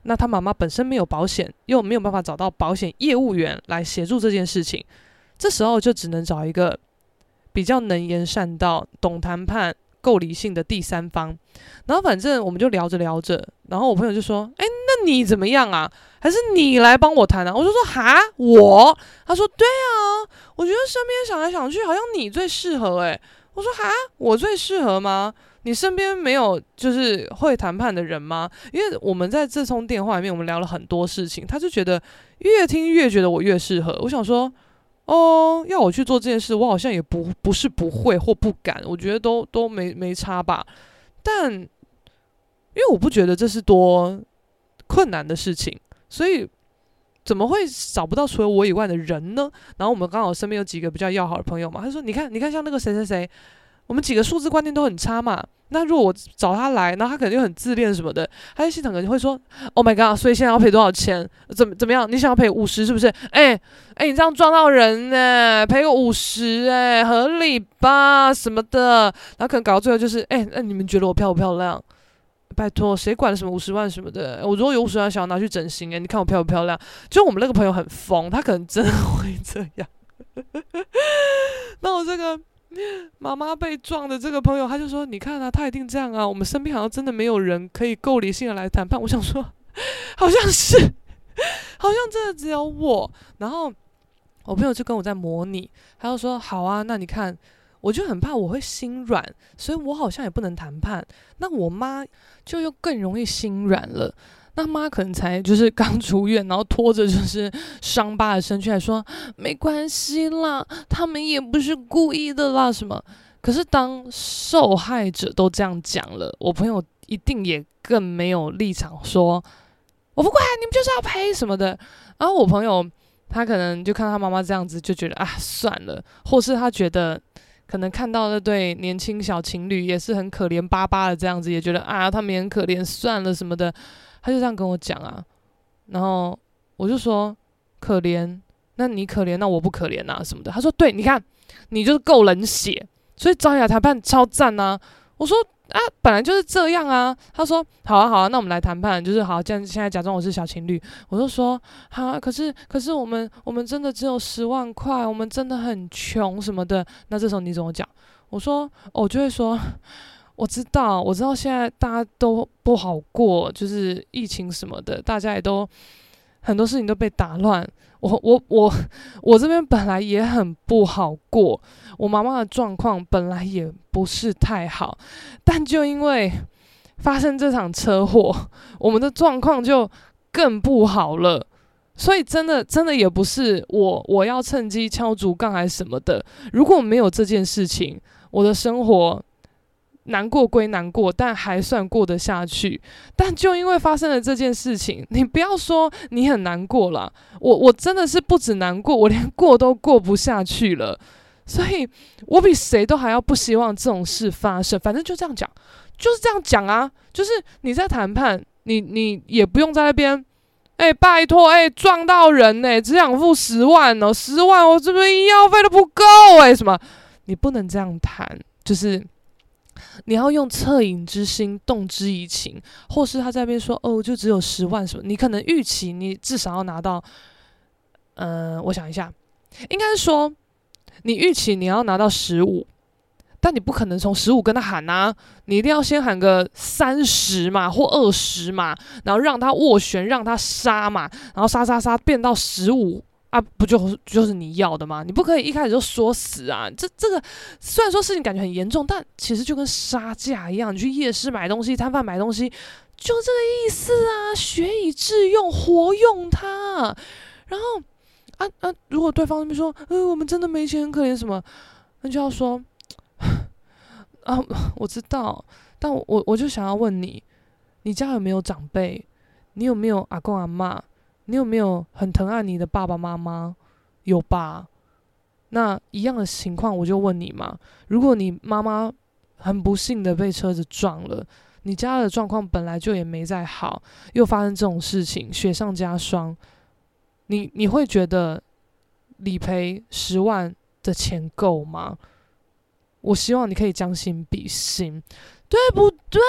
那他妈妈本身没有保险，又没有办法找到保险业务员来协助这件事情，这时候就只能找一个比较能言善道、懂谈判、够理性的第三方。然后反正我们就聊着聊着，然后我朋友就说：“那你怎么样啊？还是你来帮我谈啊？”我就说：“哈，我？”他说：“对啊，我觉得身边想来想去，好像你最适合。”我说：“哈，我最适合吗？你身边没有就是会谈判的人吗？”因为我们在这通电话里面，我们聊了很多事情，他就觉得越听越觉得我越适合。我想说，要我去做这件事，我好像也不是不会或不敢，我觉得都没差吧。但因为我不觉得这是多困难的事情，所以怎么会找不到除了我以外的人呢？然后我们刚好身边有几个比较要好的朋友嘛，他说：“你看，像那个谁谁谁，我们几个数字观念都很差嘛。那如果我找他来，然后他可能又很自恋什么的，他在现场可能会说 ‘Oh my god’， 所以现在要赔多少钱？怎么样？你想要赔50是不是？你这样撞到人呢，赔个50合理吧什么的。然后可能搞到最后就是那你们觉得我漂不漂亮？拜托，谁管什么50万什么的？我如果有50万，想要拿去整形，你看我漂不漂亮？就我们那个朋友很疯，他可能真的会这样。那我这个妈妈被撞的这个朋友，他就说：“你看啊，他一定这样啊。我们身边好像真的没有人可以够理性的来谈判。”我想说，好像是，好像真的只有我。然后我朋友就跟我在模拟，他就说：“好啊，那你看。”我就很怕我会心软，所以我好像也不能谈判。那我妈就又更容易心软了。那妈可能才就是刚出院，然后拖着就是伤疤的身躯来说没关系啦，他们也不是故意的啦什么。可是当受害者都这样讲了，我朋友一定也更没有立场说我不管，你们就是要赔什么的。然后我朋友他可能就看到他妈妈这样子，就觉得算了，或是他觉得可能看到那对年轻小情侣也是很可怜巴巴的这样子，也觉得他们也很可怜，算了什么的，他就这样跟我讲啊。然后我就说可怜，那你可怜，那我不可怜啊什么的。他说对，你看你就是够冷血，所以找你来谈判超赞啊。我说本来就是这样啊。他说好啊，那我们来谈判，就是好，这样现在假装我是小情侣。我就说可是我们真的只有10万块，我们真的很穷什么的。那这时候你怎么讲？我说我就会说我知道现在大家都不好过，就是疫情什么的，大家也都很多事情都被打乱。我这边本来也很不好过，我妈妈的状况本来也不是太好，但就因为发生这场车祸，我们的状况就更不好了。所以真的也不是我要趁机敲竹杠还是什么的。如果没有这件事情，我的生活难过归难过，但还算过得下去。但就因为发生了这件事情，你不要说你很难过啦，我真的是不止难过，我连过都过不下去了。所以我比谁都还要不希望这种事发生。反正就这样讲，就是这样讲啊。就是你在谈判，你也不用在那边拜托撞到人只想付10万哦，10万我这边医药费都不够什么，你不能这样谈。就是你要用恻隐之心动之以情，或是他在那边说就只有10万什么，你可能预期你至少要拿到我想一下，应该是说你预期你要拿到15，但你不可能从15跟他喊啊，你一定要先喊个30嘛或20嘛，然后让他斡旋，让他杀嘛，然后杀变到15不就是你要的吗？你不可以一开始就说死啊！这个虽然说事情感觉很严重，但其实就跟杀价一样，你去夜市买东西、摊贩买东西，就这个意思啊！学以致用，活用它。然后如果对方那边说我们真的没钱，很可怜什么，那就要说我知道，但我就想要问你，你家有没有长辈？你有没有阿公阿嬷？你有没有很疼爱你的爸爸妈妈？有吧？那一样的情况我就问你嘛，如果你妈妈很不幸的被车子撞了，你家的状况本来就也没再好，又发生这种事情，雪上加霜，你会觉得理赔10万的钱够吗？我希望你可以将心比心，对不对？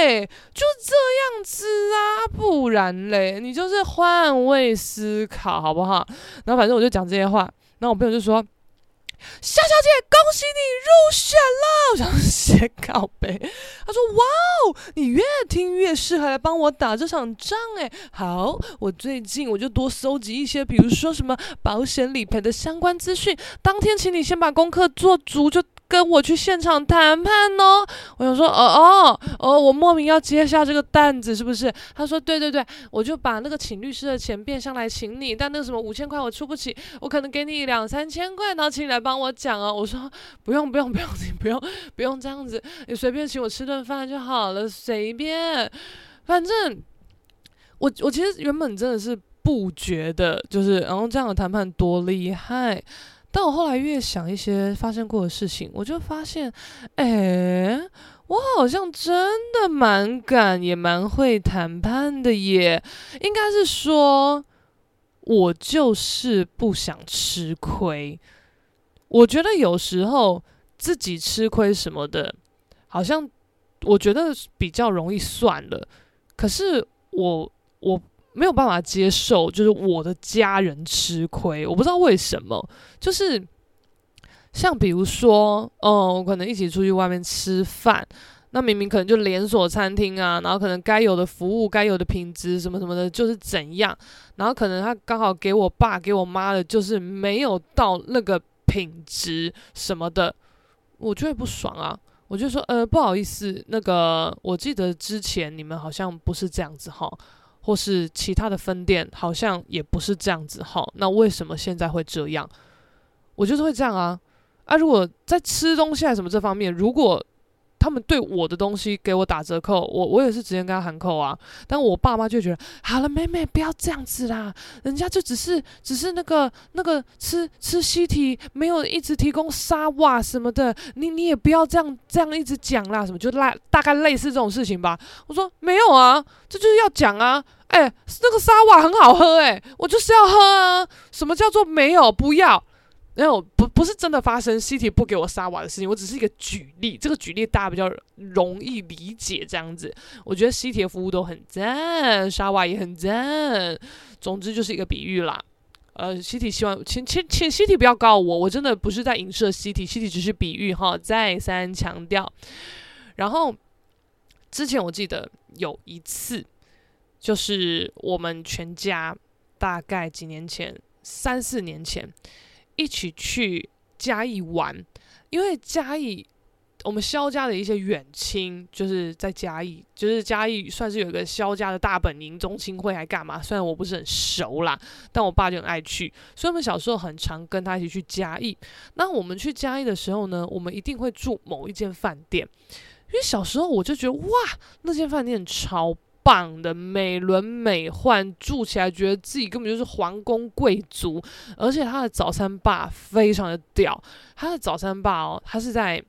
对，就这样子啊，不然嘞，你就是换位思考好不好？然后反正我就讲这些话，然后我朋友就说：夏小姐，恭喜你入选了！我想写靠背，他说：哇哦，你越听越适合来帮我打这场仗哎。好，我最近我就多搜集一些，比如说什么保险理赔的相关资讯。当天请你先把功课做足，就跟我去现场谈判哦。我想说，我莫名要接下这个担子是不是？他说对，我就把那个请律师的钱变相来请你，但那个什么5000块我出不起，我可能给你2-3千块，然后请你来帮我讲哦。我说不用，你不用这样子，你随便请我吃顿饭就好了，随便，反正我其实原本真的是不觉得，就是然后这样的谈判多厉害。但我后来越想一些发生过的事情，我就发现，我好像真的蛮敢，也蛮会谈判的耶。应该是说，我就是不想吃亏。我觉得有时候自己吃亏什么的，好像我觉得比较容易算了。可是我没有办法接受，就是我的家人吃亏，我不知道为什么，就是像比如说，我可能一起出去外面吃饭，那明明可能就连锁餐厅啊，然后可能该有的服务、该有的品质什么什么的，就是怎样，然后可能他刚好给我爸、给我妈的，就是没有到那个品质什么的，我就会不爽啊。我就说，不好意思，那个我记得之前你们好像不是这样子齁。或是其他的分店好像也不是这样子齁，那为什么现在会这样？我就是会这样啊！如果在吃东西还是什么这方面，如果他们对我的东西给我打折扣，我也是直接跟他喊扣啊。但我爸妈就觉得，好了，妹妹不要这样子啦，人家就只是那个吃西提，没有一直提供沙瓦什么的，你也不要这样一直讲啦，什么就大概类似这种事情吧。我说没有啊，这就是要讲啊。那个沙瓦很好喝我就是要喝啊。什么叫做没有不要？没有，不是真的发生西提不给我沙瓦的事情，我只是一个举例，这个举例大家比较容易理解这样子。我觉得西提的服务都很赞，沙瓦也很赞，总之就是一个比喻啦。西提希望请西提不要告我真的不是在影射西提只是比喻哈，再三强调。然后之前我记得有一次，就是我们全家大概几年前，3-4年前。一起去嘉义玩，因为嘉义我们萧家的一些远亲就是在嘉义，就是嘉义算是有一个萧家的大本营，中亲会还干嘛？虽然我不是很熟啦，但我爸就很爱去，所以我们小时候很常跟他一起去嘉义。那我们去嘉义的时候呢，我们一定会住某一间饭店，因为小时候我就觉得哇，那间饭店超棒的，美轮美奂，住起来觉得自己根本就是皇宫贵族。而且他的早餐吧非常的屌，他的早餐吧他是在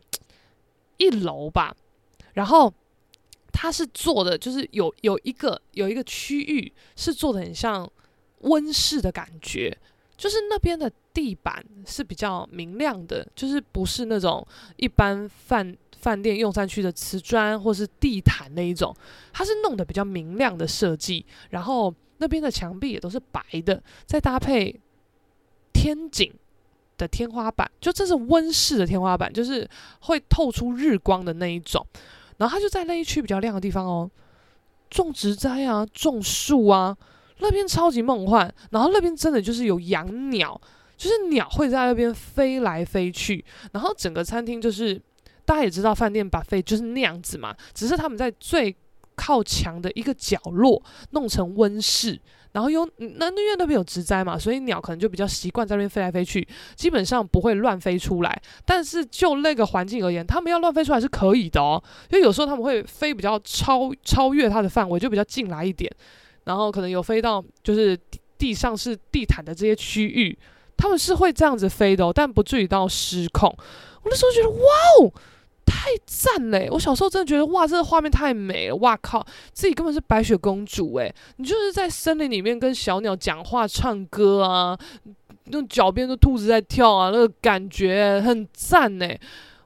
1楼吧，然后他是做的就是有一个区域是做的很像温室的感觉，就是那边的地板是比较明亮的，就是不是那种一般饭店用餐区的瓷砖或是地毯那一种，它是弄得比较明亮的设计，然后那边的墙壁也都是白的，再搭配天井的天花板，就这是温室的天花板，就是会透出日光的那一种。然后它就在那一区比较亮的地方种植栽啊，种树啊，那边超级梦幻。然后那边真的就是有养鸟，就是鸟会在那边飞来飞去，然后整个餐厅就是大家也知道饭店 buffet 就是那样子嘛，只是他们在最靠墙的一个角落弄成温室，然后因为那边有植栽嘛，所以鸟可能就比较习惯在那边飞来飞去，基本上不会乱飞出来。但是就那个环境而言，他们要乱飞出来是可以的因为有时候他们会飞比较超越它的范围，就比较进来一点，然后可能有飞到就是地上是地毯的这些区域，他们是会这样子飞的但不至于到失控。我那时候觉得哇哦，太赞了我小时候真的觉得哇，这个画面太美了，哇靠，自己根本是白雪公主你就是在森林里面跟小鸟讲话唱歌啊，那脚边的兔子在跳啊，那个感觉很赞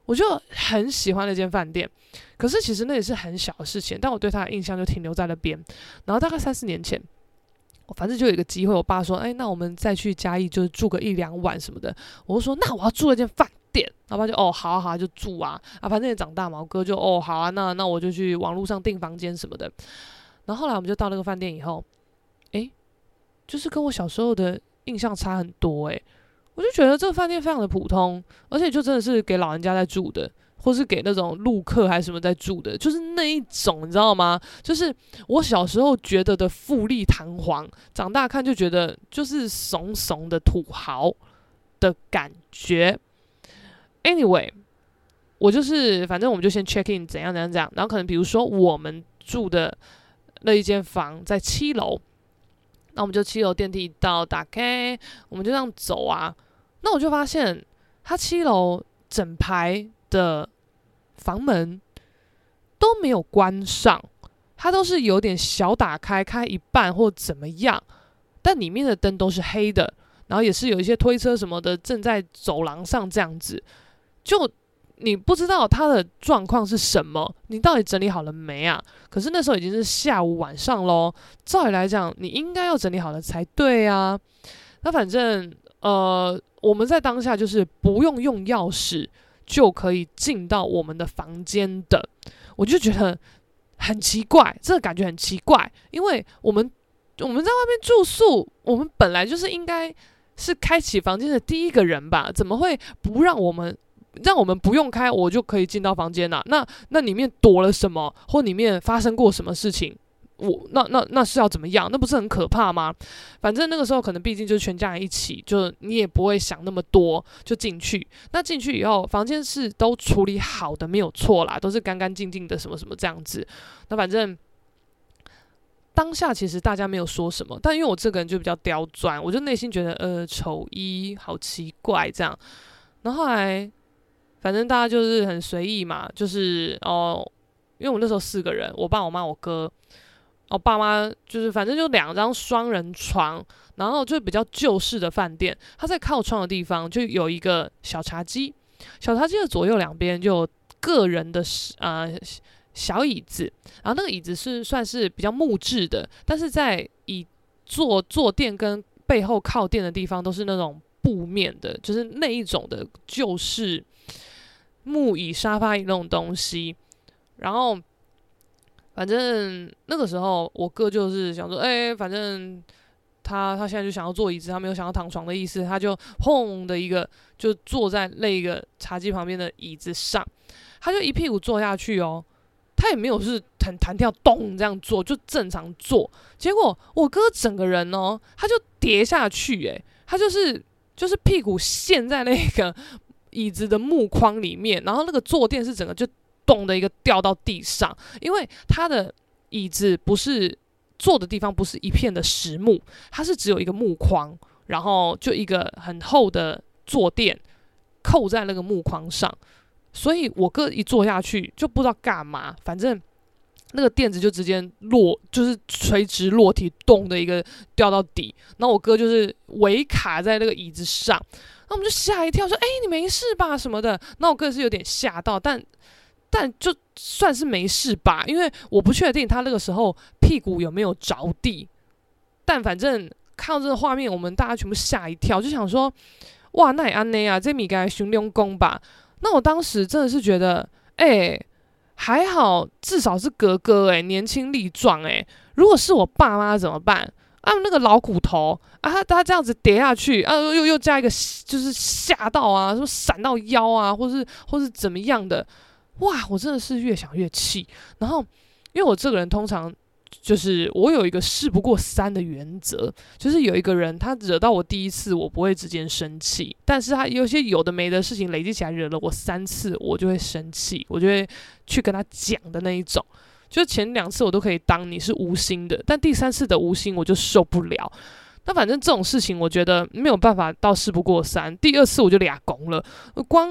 我就很喜欢那间饭店。可是其实那也是很小的事情，但我对它的印象就停留在那边。然后大概3-4年前，反正就有一个机会，我爸说，那我们再去嘉义，就是住个1-2晚什么的。我就说，那我要住那间饭店。我爸就好啊好啊，就住啊反正也长大嘛。我哥就好啊，那我就去网络上订房间什么的。然后后来我们就到那个饭店以后，就是跟我小时候的印象差很多我就觉得这个饭店非常的普通，而且就真的是给老人家在住的，或是给那种陆客还是什么在住的，就是那一种，你知道吗？就是我小时候觉得的富丽堂皇，长大看就觉得就是怂怂的土豪的感觉。Anyway， 我就是反正我们就先 check in 怎样，然后可能比如说我们住的那一间房在7楼，那我们就7楼电梯到打开，我们就这样走啊。那我就发现它7楼整排的房门都没有关上，它都是有点小打开，开一半或怎么样，但里面的灯都是黑的，然后也是有一些推车什么的正在走廊上这样子，就你不知道它的状况是什么，你到底整理好了没啊？可是那时候已经是下午晚上咯，照理来讲你应该要整理好了才对啊。那反正我们在当下就是不用钥匙就可以进到我们的房间的，我就觉得很奇怪，这个感觉很奇怪，因为我们在外面住宿，我们本来就是应该是开启房间的第一个人吧，怎么会不让我们不用开，我就可以进到房间啊？那里面躲了什么，或里面发生过什么事情？那是要怎么样？那不是很可怕吗？反正那个时候可能毕竟就是全家人一起，就你也不会想那么多，就进去。那进去以后，房间是都处理好的，没有错啦，都是干干净净的，什么什么这样子。那反正当下其实大家没有说什么，但因为我这个人就比较刁钻，我就内心觉得丑一好奇怪这样。然后后来反正大家就是很随意嘛，就是因为我那时候4个人，我爸、我妈、我哥。爸妈就是反正就2张双人床，然后就比较旧式的饭店，它在靠窗的地方就有一个小茶几，小茶几的左右两边就有个人的小椅子，然后那个椅子是算是比较木质的，但是在坐垫跟背后靠垫的地方都是那种布面的，就是那一种的旧式木椅、沙发椅那种东西，然后。反正那个时候，我哥就是想说，反正他现在就想要坐椅子，他没有想要躺床的意思，他就砰的一个就坐在那个茶几旁边的椅子上，他就一屁股坐下去他也没有是很弹跳咚这样坐，就正常坐。结果我哥整个人他就跌下去，他就是屁股陷在那个椅子的木框里面，然后那个坐垫是整个就。咚的一个掉到地上，因为他的椅子不是坐的地方不是一片的实木，它是只有一个木框，然后就一个很厚的坐垫扣在那个木框上，所以我哥一坐下去就不知道干嘛，反正那个垫子就直接就是垂直落体，咚的一个掉到底，然后我哥就是围卡在那个椅子上，那我们就吓一跳，说：“你没事吧？”什么的。那我哥是有点吓到，但就算是没事吧，因为我不确定他那个时候屁股有没有着地。但反正看到这个画面，我们大家全部吓一跳，就想说：哇，那也安内啊，这米该熊用功吧？那我当时真的是觉得，还好，至少是哥哥年轻力壮如果是我爸妈怎么办？那个老骨头啊，他这样子跌下去啊，又加一个就是吓到啊，说闪到腰啊，或是怎么样的。哇，我真的是越想越气。然后，因为我这个人通常就是我有一个事不过3的原则，就是有一个人他惹到我第1次，我不会直接生气，但是他有些有的没的事情累积起来惹了我3次，我就会生气，我就会去跟他讲的那一种。就前2次我都可以当你是无心的，但第3次的无心我就受不了。那反正这种事情，我觉得没有办法到事不过3。第2次我就俩拱了，光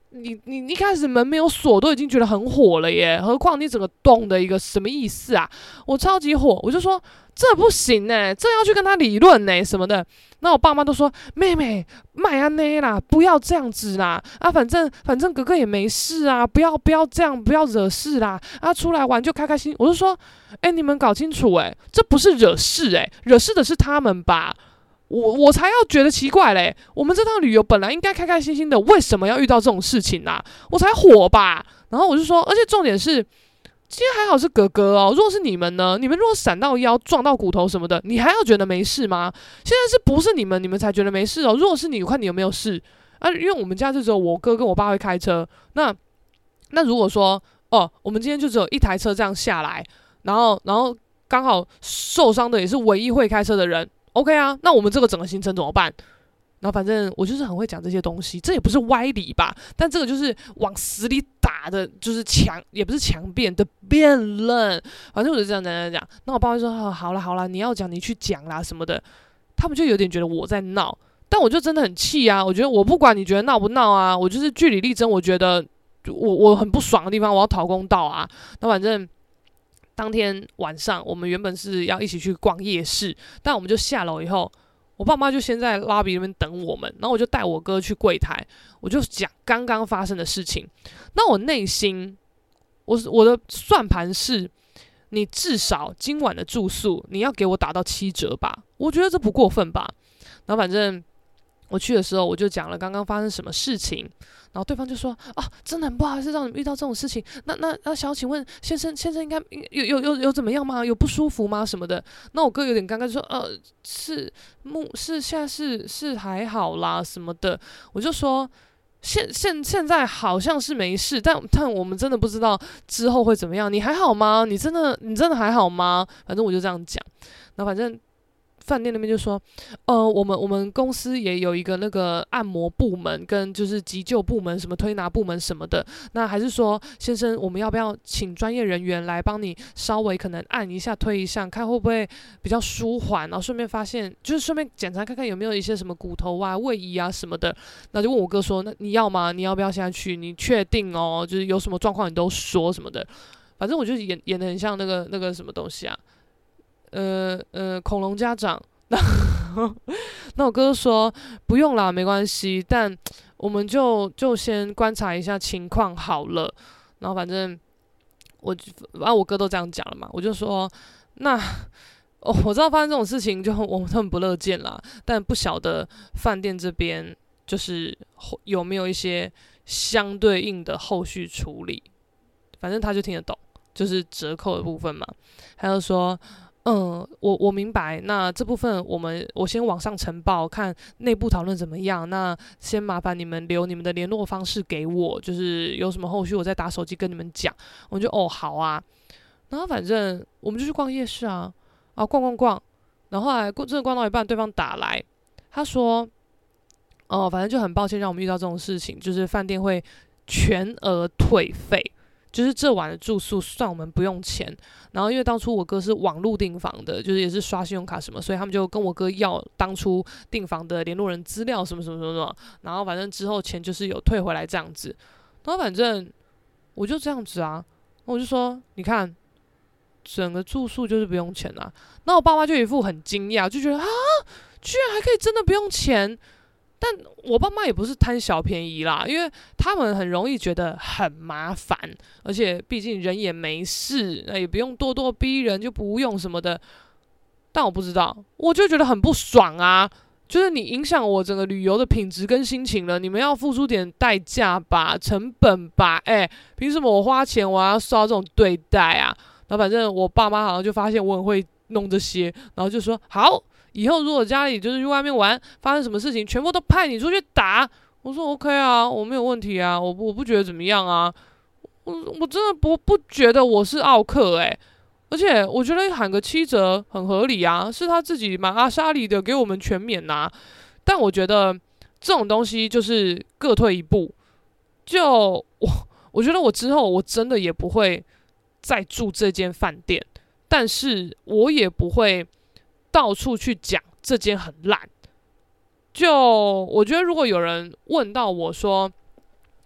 你一开始门没有锁都已经觉得很火了耶，何况你整个洞的一个什么意思啊？我超级火，我就说这不行这要去跟他理论什么的。那我爸妈都说妹妹麦安内啦，不要这样子啦，反正哥哥也没事啊，不要这样，不要惹事啦，出来玩就开开心。我就说你们搞清楚这不是惹事惹事的是他们吧。我才要觉得奇怪嘞！我们这趟旅游本来应该开开心心的，为什么要遇到这种事情啊？我才火吧！然后我就说，而且重点是，今天还好是哥哥哦，如果是你们呢？你们如果闪到腰、撞到骨头什么的，你还要觉得没事吗？现在是不是你们才觉得没事哦？如果是你，我看你有没有事啊？因为我们家就只有我哥跟我爸会开车，那如果说我们今天就只有一台车这样下来，然后刚好受伤的也是唯一会开车的人。OK 啊，那我们这个整个行程怎么办？然后反正我就是很会讲这些东西，这也不是歪理吧？但这个就是往死里打的，就是也不是强辩的辩论。反正我就这样讲。那我爸就说好啦，你要讲你去讲啦什么的。他们就有点觉得我在闹，但我就真的很气啊！我觉得我不管你觉得闹不闹啊，我就是据理力争。我觉得我很不爽的地方，我要讨公道啊。那反正。当天晚上，我们原本是要一起去逛夜市，但我们就下楼以后，我爸妈就先在拉比那边等我们，然后我就带我哥去柜台，我就讲刚刚发生的事情。那我内心，我的算盘是，你至少今晚的住宿你要给我打到7折吧，我觉得这不过分吧。然后反正我去的时候，我就讲了刚刚发生什么事情。然后对方就说真的很不好意思让你们遇到这种事情。那想请问先生应该有怎么样吗？有不舒服吗？什么的。那我哥有点尴尬，就说是现在是还好啦什么的。我就说现在好像是没事，但我们真的不知道之后会怎么样。你还好吗？你真的还好吗？反正我就这样讲。然后反正。饭店那边就说，我们公司也有一个那个按摩部门跟就是急救部门，什么推拿部门什么的。那还是说，先生，我们要不要请专业人员来帮你稍微可能按一下、推一下，看会不会比较舒缓？然后顺便发现，就是顺便检查看看有没有一些什么骨头啊、位移啊什么的。那就问我哥说，那你要吗？你要不要现在去？你确定哦？就是有什么状况你都说什么的。反正我就演得很像那个什么东西啊。恐龙家长，那我哥说不用啦，没关系，但我们就先观察一下情况好了。然后反正我哥都这样讲了嘛，我就说那我知道发生这种事情，就我们很不乐见啦，但不晓得饭店这边就是有没有一些相对应的后续处理。反正他就听得懂，就是折扣的部分嘛。还有说。我明白。那这部分我先往上呈报，看内部讨论怎么样。那先麻烦你们留你们的联络方式给我，就是有什么后续我再打手机跟你们讲。我就好啊。然后反正我们就去逛夜市啊，逛。然后后来真的逛到一半，对方打来，他说，反正就很抱歉让我们遇到这种事情，就是饭店会全额退费。就是这晚的住宿算我们不用钱，然后因为当初我哥是网路订房的，就是也是刷信用卡什么，所以他们就跟我哥要当初订房的联络人资料什么，然后反正之后钱就是有退回来这样子，然后反正我就这样子啊，我就说你看整个住宿就是不用钱啊，那我爸妈就一副很惊讶，就觉得居然还可以真的不用钱。但我爸妈也不是贪小便宜啦，因为他们很容易觉得很麻烦，而且毕竟人也没事，那也不用咄咄逼人，就不用什么的。但我不知道，我就觉得很不爽啊！就是你影响我整个旅游的品质跟心情了，你们要付出点代价吧，成本吧？凭什么我花钱我要受到这种对待啊？然后反正我爸妈好像就发现我很会弄这些，然后就说好。以后如果家里就是去外面玩，发生什么事情，全部都派你出去打。我说 OK 啊，我没有问题啊，我不觉得怎么样啊。我真的不觉得我是奥客而且我觉得喊个7折很合理啊，是他自己买阿莎里的给我们全免啊。但我觉得这种东西就是各退一步。就我觉得我之后我真的也不会再住这间饭店，但是我也不会。到处去讲这间很烂，就我觉得如果有人问到我说，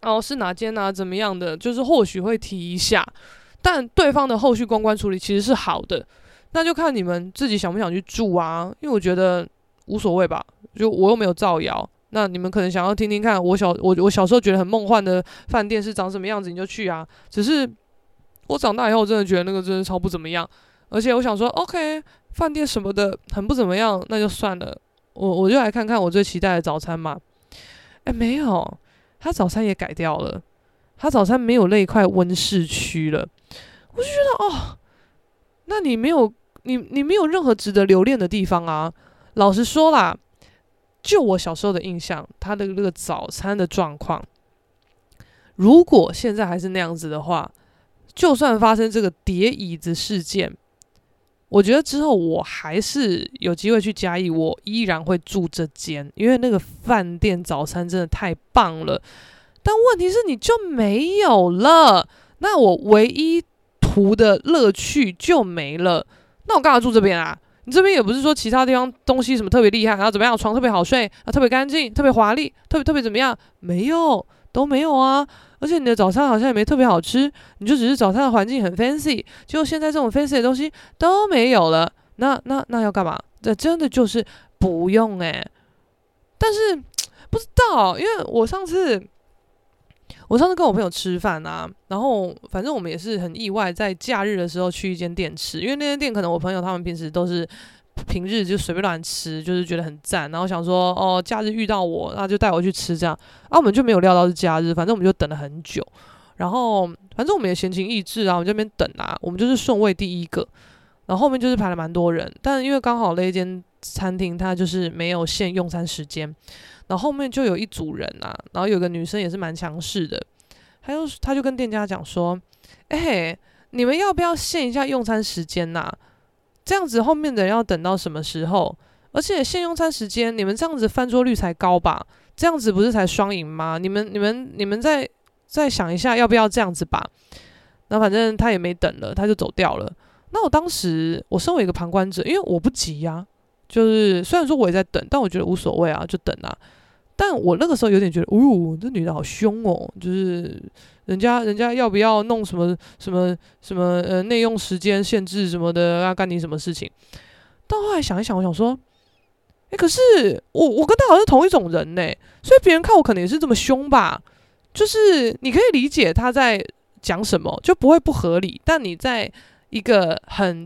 是哪间啊，怎么样的，就是或许会提一下，但对方的后续公关处理其实是好的，那就看你们自己想不想去住啊，因为我觉得无所谓吧，就我又没有造谣。那你们可能想要听听看我小时候觉得很梦幻的饭店是长什么样子，你就去啊。只是我长大以后，我真的觉得那个真的超不怎么样，而且我想说 ，OK， 饭店什么的很不怎么样，那就算了。我就来看看我最期待的早餐嘛。没有，他早餐也改掉了，他早餐没有那一块温室区了。我就觉得那你没有你没有任何值得留恋的地方啊。老实说啦，就我小时候的印象，他的那个早餐的状况，如果现在还是那样子的话，就算发生这个叠椅子事件，我觉得之后我还是有机会去嘉义，我依然会住这间，因为那个饭店早餐真的太棒了。但问题是你就没有了，那我唯一图的乐趣就没了。那我干嘛住这边啊？你这边也不是说其他地方东西什么特别厉害，然后怎么样，床特别好睡，特别干净，特别华丽，特别怎么样？没有，都没有啊。而且你的早餐好像也没特别好吃，你就只是早餐的环境很 fancy， 结果现在这种 fancy 的东西都没有了，那要干嘛？这真的就是不用但是不知道，因为我上次跟我朋友吃饭啊，然后反正我们也是很意外，在假日的时候去一间店吃，因为那间店可能我朋友他们平时都是平日就随便乱吃，就是觉得很赞，然后想说假日遇到我，那就带我去吃这样，我们就没有料到是假日，反正我们就等了很久，然后反正我们也闲情逸致啊，我们这边等啊，我们就是顺位第一个，然后后面就是排了蛮多人，但因为刚好那一间餐厅它就是没有限用餐时间。然后后面就有一组人啊，然后有个女生也是蛮强势的，他就跟店家讲说，你们要不要限一下用餐时间啊？这样子后面的人要等到什么时候？而且限用餐时间，你们这样子翻桌率才高吧？这样子不是才双赢吗？你们再想一下要不要这样子吧？那反正他也没等了，他就走掉了。那我当时我身为一个旁观者，因为我不急啊，就是虽然说我也在等，但我觉得无所谓啊，就等啊。但我那个时候有点觉得，这女的好凶哦，就是人家要不要弄什么内用时间限制什么的，要干你什么事情？但后来想一想，我想说，可是我跟他好像是同一种人呢，所以别人看我可能也是这么凶吧。就是你可以理解他在讲什么，就不会不合理，但你在一个很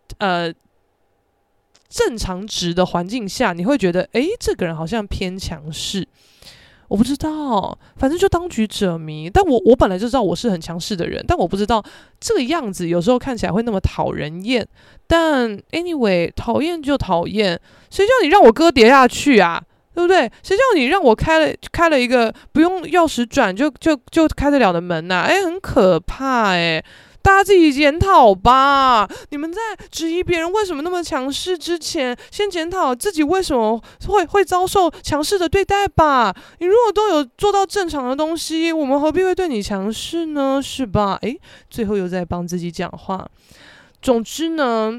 正常值的环境下，你会觉得这个人好像偏强势。我不知道，反正就当局者迷。但我本来就知道我是很强势的人，但我不知道这个样子有时候看起来会那么讨人厌。但 anyway， 讨厌就讨厌，谁叫你让我哥跌下去啊？对不对？谁叫你让我开了一个不用钥匙转就开得了的门啊？很可怕大家自己检讨吧。你们在质疑别人为什么那么强势之前，先检讨自己为什么会遭受强势的对待吧。你如果都有做到正常的东西，我们何必会对你强势呢？是吧？最后又在帮自己讲话。总之呢，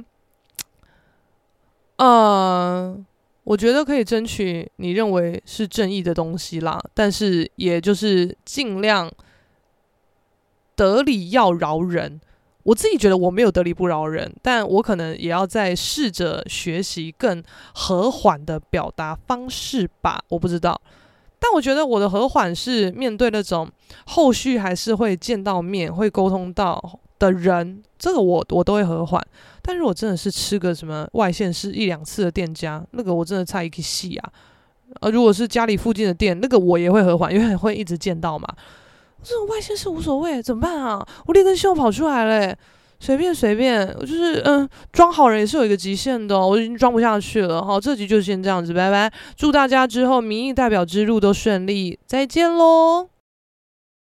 我觉得可以争取你认为是正义的东西啦，但是也就是尽量得理要饶人。我自己觉得我没有得理不饶人，但我可能也要再试着学习更和缓的表达方式吧，我不知道。但我觉得我的和缓是面对那种后续还是会见到面会沟通到的人，这个我都会和缓。但如果真的是吃个什么外县市1-2次的店家，那个我真的差一个戏啊。如果是家里附近的店，那个我也会和缓，因为会一直见到嘛。这种外线是无所谓，怎么办啊？我劣根性跑出来了随便，我就是装好人也是有一个极限的我已经装不下去了。好，这集就先这样子，拜拜。祝大家之后民意代表之路都顺利，再见喽。